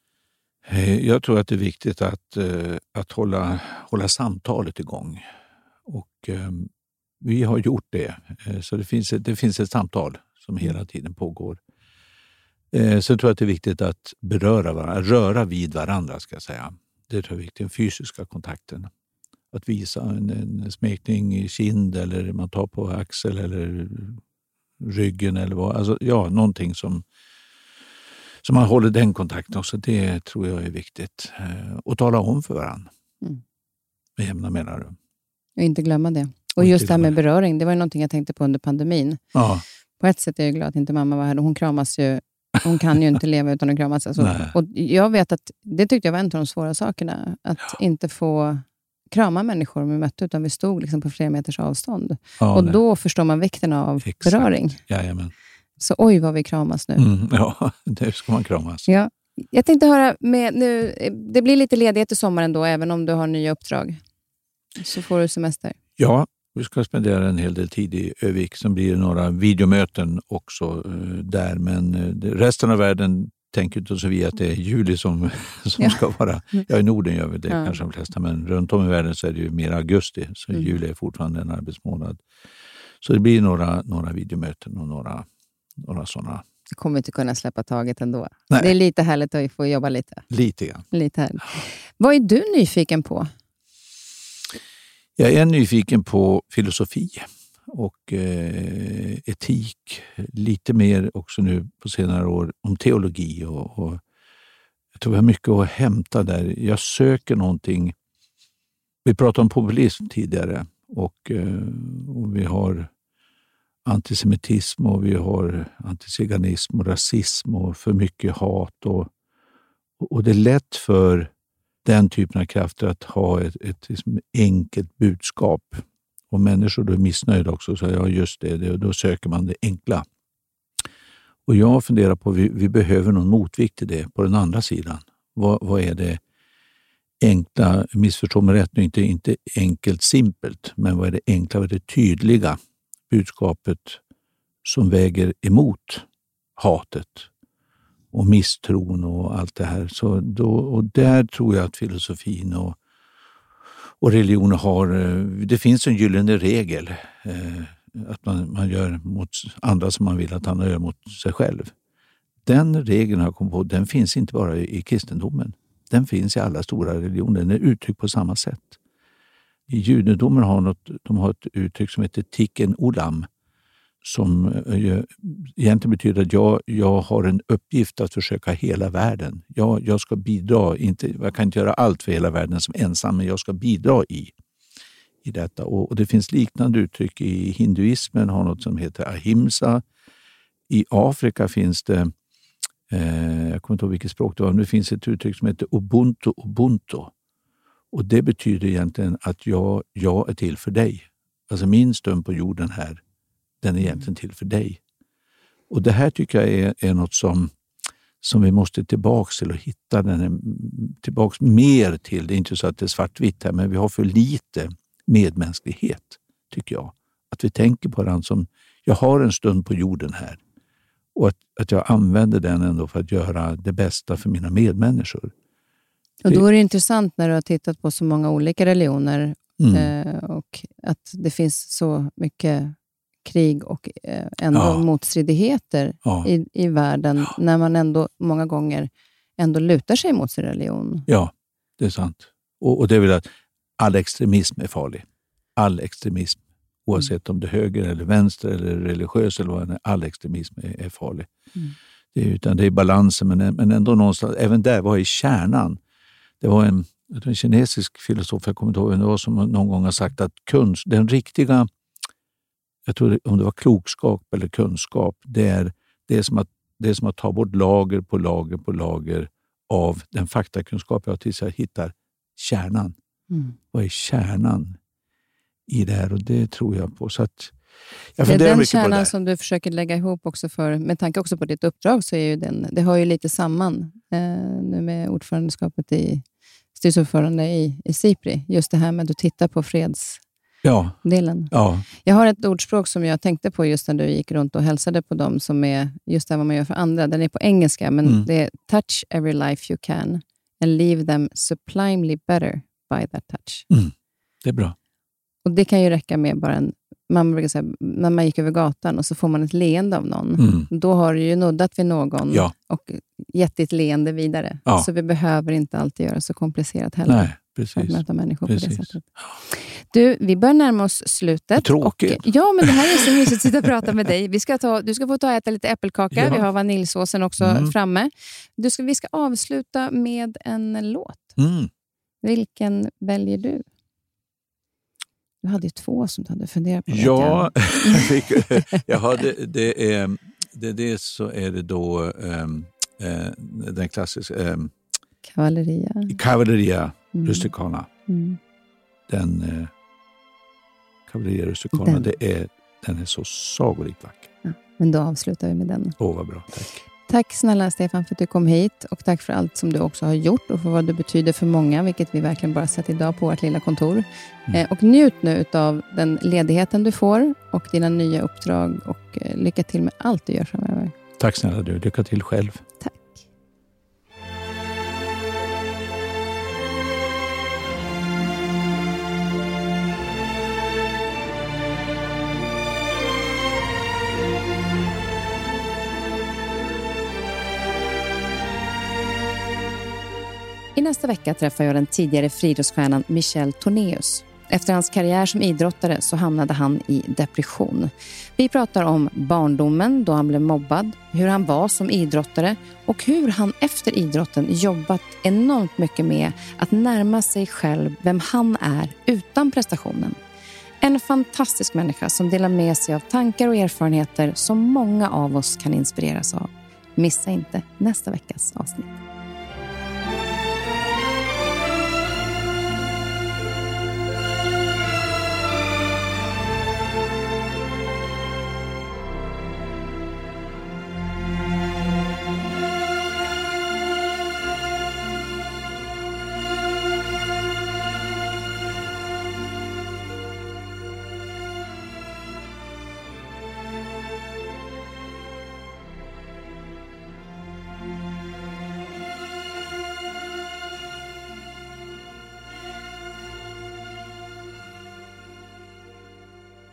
Jag tror att det är viktigt att, att hålla, hålla samtalet igång. Och eh, vi har gjort det. Så det finns, det finns ett samtal som hela tiden pågår. Eh, så jag tror att det är viktigt att beröra varandra, röra vid varandra ska jag säga. Det tror jag är viktigt, den fysiska kontakten. Att visa en, en smekning i kind eller man tar på axel eller ryggen eller vad. Alltså, ja, någonting som, som man håller den kontakten också. Det tror jag är viktigt. Eh, och tala om för varandra. Mm. Med jämna mellanrum. Och inte glömma det. Och, och just det här med beröring, det var ju någonting jag tänkte på under pandemin. Ja. På ett sätt är jag glad att inte mamma var här. Hon kramas ju. Hon kan ju inte leva utan att kramas. Alltså, och jag vet att det tyckte jag var en av de svåra sakerna. Att ja. inte få krama människor med möte utan vi stod liksom på flera meters avstånd. Ja, och då förstår man vikten av Exakt. beröring. Jajamän. Så oj vad vi kramas nu. Mm, ja, det ska man kramas. Ja. Jag tänkte höra med nu, det blir lite ledighet i sommaren då, även om du har nya uppdrag. Så får du semester. Ja, vi ska spendera en hel del tid i Övik. Som blir några videomöten också eh, där. Men eh, resten av världen tänker inte så vi att det är juli som, som ja. ska vara. Ja, i Norden gör vi det ja. kanske de flesta. Men runt om i världen så är det ju mer augusti. Så mm. juli är fortfarande en arbetsmånad. Så det blir några, några videomöten och några, några sådana. Du kommer inte kunna släppa taget ändå. Nej. Det är lite härligt att få jobba lite. Lite grann. Lite härligt. Vad är du nyfiken på? Jag är nyfiken på filosofi och eh, etik. Lite mer också nu på senare år om teologi. Och, och jag tror jag har mycket att hämta där. Jag söker någonting. Vi pratade om populism tidigare. Och, eh, och vi har antisemitism och vi har antiziganism och rasism och för mycket hat. Och, och det är lätt för den typen av krafter att ha ett, ett liksom enkelt budskap. Och människor då är missnöjda också, så ja just det, det, då söker man det enkla. Och jag funderar på, vi, vi behöver någon motvikt till det på den andra sidan. Vad, vad är det enkla, missförstå mig rätt nu, inte, inte enkelt simpelt, men vad är det enkla, vad är det tydliga budskapet som väger emot hatet och misstron och allt det här. Så då, och där tror jag att filosofin och, och religionen har, det finns en gyllene regel eh, att man, man gör mot andra som man vill att andra gör mot sig själv. Den regeln har jag kommit på, den finns inte bara i, i kristendomen. Den finns i alla stora religioner, den är uttryckt på samma sätt. I judendomen har något, de har ett uttryck som heter tikkun olam, som egentligen betyder att jag, jag har en uppgift att försöka hela världen. Jag, jag ska bidra, inte, jag kan inte göra allt för hela världen som ensam, men jag ska bidra i, i detta. Och, och det finns liknande uttryck i hinduismen, har något som heter ahimsa. I Afrika finns det, eh, jag kommer inte ihåg vilket språk det var, men det finns ett uttryck som heter ubuntu ubuntu. Och det betyder egentligen att jag, jag är till för dig. Alltså min stund på jorden här, den är egentligen till för dig. Och det här tycker jag är, är något som, som vi måste tillbaka till och hitta den här, tillbaka mer till. Det är inte så att det är svartvitt här, men vi har för lite medmänsklighet, tycker jag. Att vi tänker på den som, jag har en stund på jorden här. Och att, att jag använder den ändå för att göra det bästa för mina medmänniskor. Och då är det intressant när du har tittat på så många olika religioner mm. eh, och att det finns så mycket krig och eh, ändå ja. motstridigheter ja. i, i världen ja. när man ändå många gånger ändå lutar sig mot sin religion. Ja, det är sant. Och, och det är väl att all extremism är farlig. All extremism, oavsett mm. om det är höger eller vänster eller religiös eller vad det är, all extremism är, är farlig. Mm. Det är, utan det är balansen, men, men ändå någonstans, även där var i kärnan. Det var en, en kinesisk filosof, jag kommer inte ihåg, det var som någon gång har sagt att kunsk, den riktiga, jag tror om det var klokskap eller kunskap, det är, det är, som, att, det är som att ta bort lager på lager på lager av den faktakunskap jag har tills jag hittar kärnan. Mm. Vad är kärnan i det här? Och det tror jag på. Så att jag det är den kärnan som du försöker lägga ihop också för, med tanke också på ditt uppdrag, så är ju den, det hör ju lite samman eh, nu med ordförandeskapet i styrelseordförande i, i SIPRI. Just det här med att du tittar på fredsdelen. Ja. Ja. Jag har ett ordspråk som jag tänkte på just när du gick runt och hälsade på dem, som är just det vad man gör för andra. Den är på engelska, men mm. det är touch every life you can and leave them sublimely better by that touch. Mm. Det är bra. Och det kan ju räcka med bara en, man brukar säga, när man gick över gatan och så får man ett leende av någon. Mm. Då har du ju nuddat vid någon ja. och gett ditt leende vidare. Ja. Så vi behöver inte alltid göra så komplicerat heller. Nej, precis. För att möta människor precis. på det sättet. Du, vi börjar närma oss slutet. Tråkigt. Och, ja, men det här är så mysigt att sitta och prata med dig. Vi ska ta, du ska få ta och äta lite äppelkaka. Ja. Vi har vaniljsåsen också mm. framme. Du ska, vi ska avsluta med en låt. Mm. Vilken väljer du? Du hade ju två som du hade funderat på. Ja, jag. jag hade, det är det, det så är det då um, uh, den klassiska um, Cavalleria. Cavalleria mm. rusticana. Mm. Den uh, Cavalleria rusticana, den. Det är, den är så sagolikt vacker. Ja, men då avslutar vi med den. Åh, oh, vad bra, tack. Tack snälla Stefan för att du kom hit, och tack för allt som du också har gjort och för vad du betyder för många, vilket vi verkligen bara sett idag på vårt lilla kontor. Mm. Eh, och njut nu av den ledigheten du får och dina nya uppdrag, och eh, lycka till med allt du gör framöver. Tack snälla du, lycka till själv. Tack. I nästa vecka träffar jag den tidigare friidrottsstjärnan Michel Tornéus. Efter hans karriär som idrottare så hamnade han i depression. Vi pratar om barndomen då han blev mobbad, hur han var som idrottare och hur han efter idrotten jobbat enormt mycket med att närma sig själv vem han är utan prestationen. En fantastisk människa som delar med sig av tankar och erfarenheter som många av oss kan inspireras av. Missa inte nästa veckas avsnitt.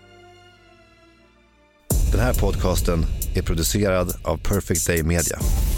Den här podcasten är producerad av Perfect Day Media.